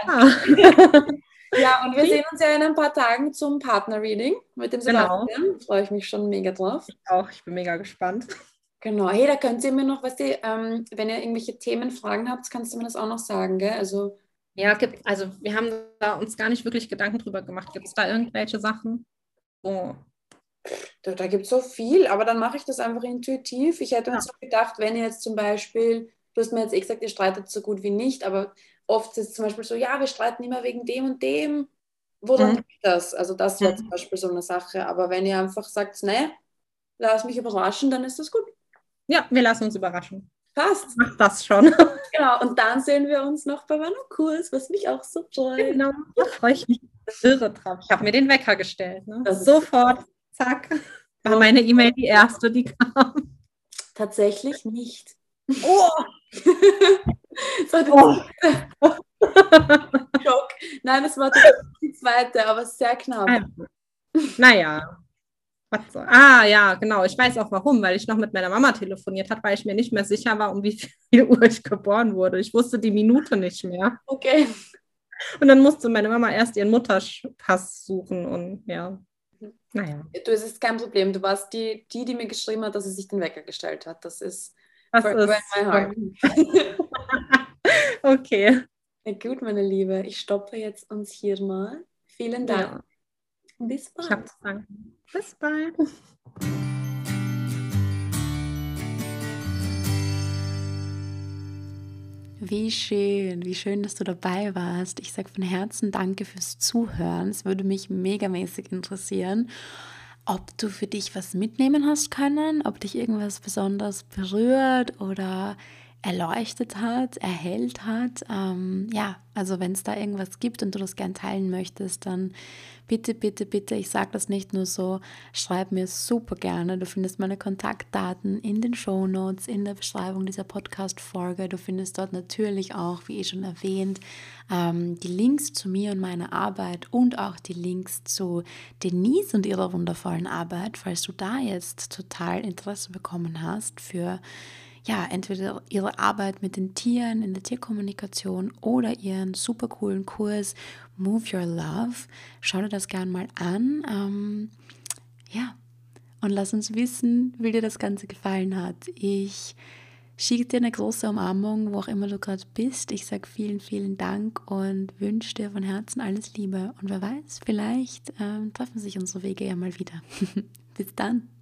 Ja, und wir sehen uns ja in ein paar Tagen zum Partner-Reading mit dem Sebastian. Genau. Freue ich mich schon mega drauf. Ich auch, ich bin mega gespannt. Genau, hey, da könnt ihr mir noch, was die, ähm, wenn ihr irgendwelche Themen, Fragen habt, kannst du mir das auch noch sagen, gell? Also, ja, gibt, also wir haben da uns gar nicht wirklich Gedanken drüber gemacht. Gibt es da irgendwelche Sachen? Oh. Da, da gibt es so viel, aber dann mache ich das einfach intuitiv. Ich hätte ja. uns so gedacht, wenn ihr jetzt zum Beispiel, du hast mir jetzt eh gesagt, ihr streitet so gut wie nicht, aber oft ist es zum Beispiel so, ja, wir streiten immer wegen dem und dem. woran Mhm. liegt das? Also das wäre zum Mhm. Beispiel so eine Sache. Aber wenn ihr einfach sagt, ne, lass mich überraschen, dann ist das gut. Ja, wir lassen uns überraschen. Passt. Mach das schon. Genau. Und dann sehen wir uns noch bei meinem Kurs, was mich auch so freut. Genau, da freue ich mich irre drauf. Ich habe mir den Wecker gestellt. Ne? Das ist Sofort, zack, war meine E-Mail die erste, die kam. tatsächlich nicht. Oh, Das war der oh. Schock. Nein, das war tatsächlich die zweite, aber sehr knapp. Also, naja. Was soll- Ah, ja, genau. Ich weiß auch warum, weil ich noch mit meiner Mama telefoniert habe, weil ich mir nicht mehr sicher war, um wie viel Uhr ich geboren wurde. Ich wusste die Minute nicht mehr. Okay. Und dann musste meine Mama erst ihren Mutterpass suchen und ja, naja. Du, es ist kein Problem. Du warst die, die, die mir geschrieben hat, dass sie sich den Wecker gestellt hat. Das ist Das forever ist in my heart. okay. Ja, gut, meine Liebe. Ich stoppe jetzt uns hier mal. Vielen Dank. Ja, Bis ich habe bald. zu danken. Bis bald. Wie schön, wie schön, dass du dabei warst. Ich sage von Herzen danke fürs Zuhören. Es würde mich megamäßig interessieren, ob du für dich was mitnehmen hast können, ob dich irgendwas besonders berührt oder erleuchtet hat, erhellt hat. Ähm, ja, also wenn es da irgendwas gibt und du das gern teilen möchtest, dann bitte, bitte, bitte, ich sage das nicht nur so, schreib mir super gerne. Du findest meine Kontaktdaten in den Shownotes, in der Beschreibung dieser Podcast-Folge. Du findest dort natürlich auch, wie eh schon erwähnt, ähm, die Links zu mir und meiner Arbeit und auch die Links zu Denise und ihrer wundervollen Arbeit, falls du da jetzt total Interesse bekommen hast für ja, entweder ihre Arbeit mit den Tieren in der Tierkommunikation oder ihren super coolen Kurs Move Your Love. Schau dir das gerne mal an. Ähm, ja, und lass uns wissen, wie dir das Ganze gefallen hat. Ich schicke dir eine große Umarmung, wo auch immer du gerade bist. Ich sage vielen, vielen Dank und wünsche dir von Herzen alles Liebe. Und wer weiß, vielleicht ähm, treffen sich unsere Wege ja mal wieder. Bis dann.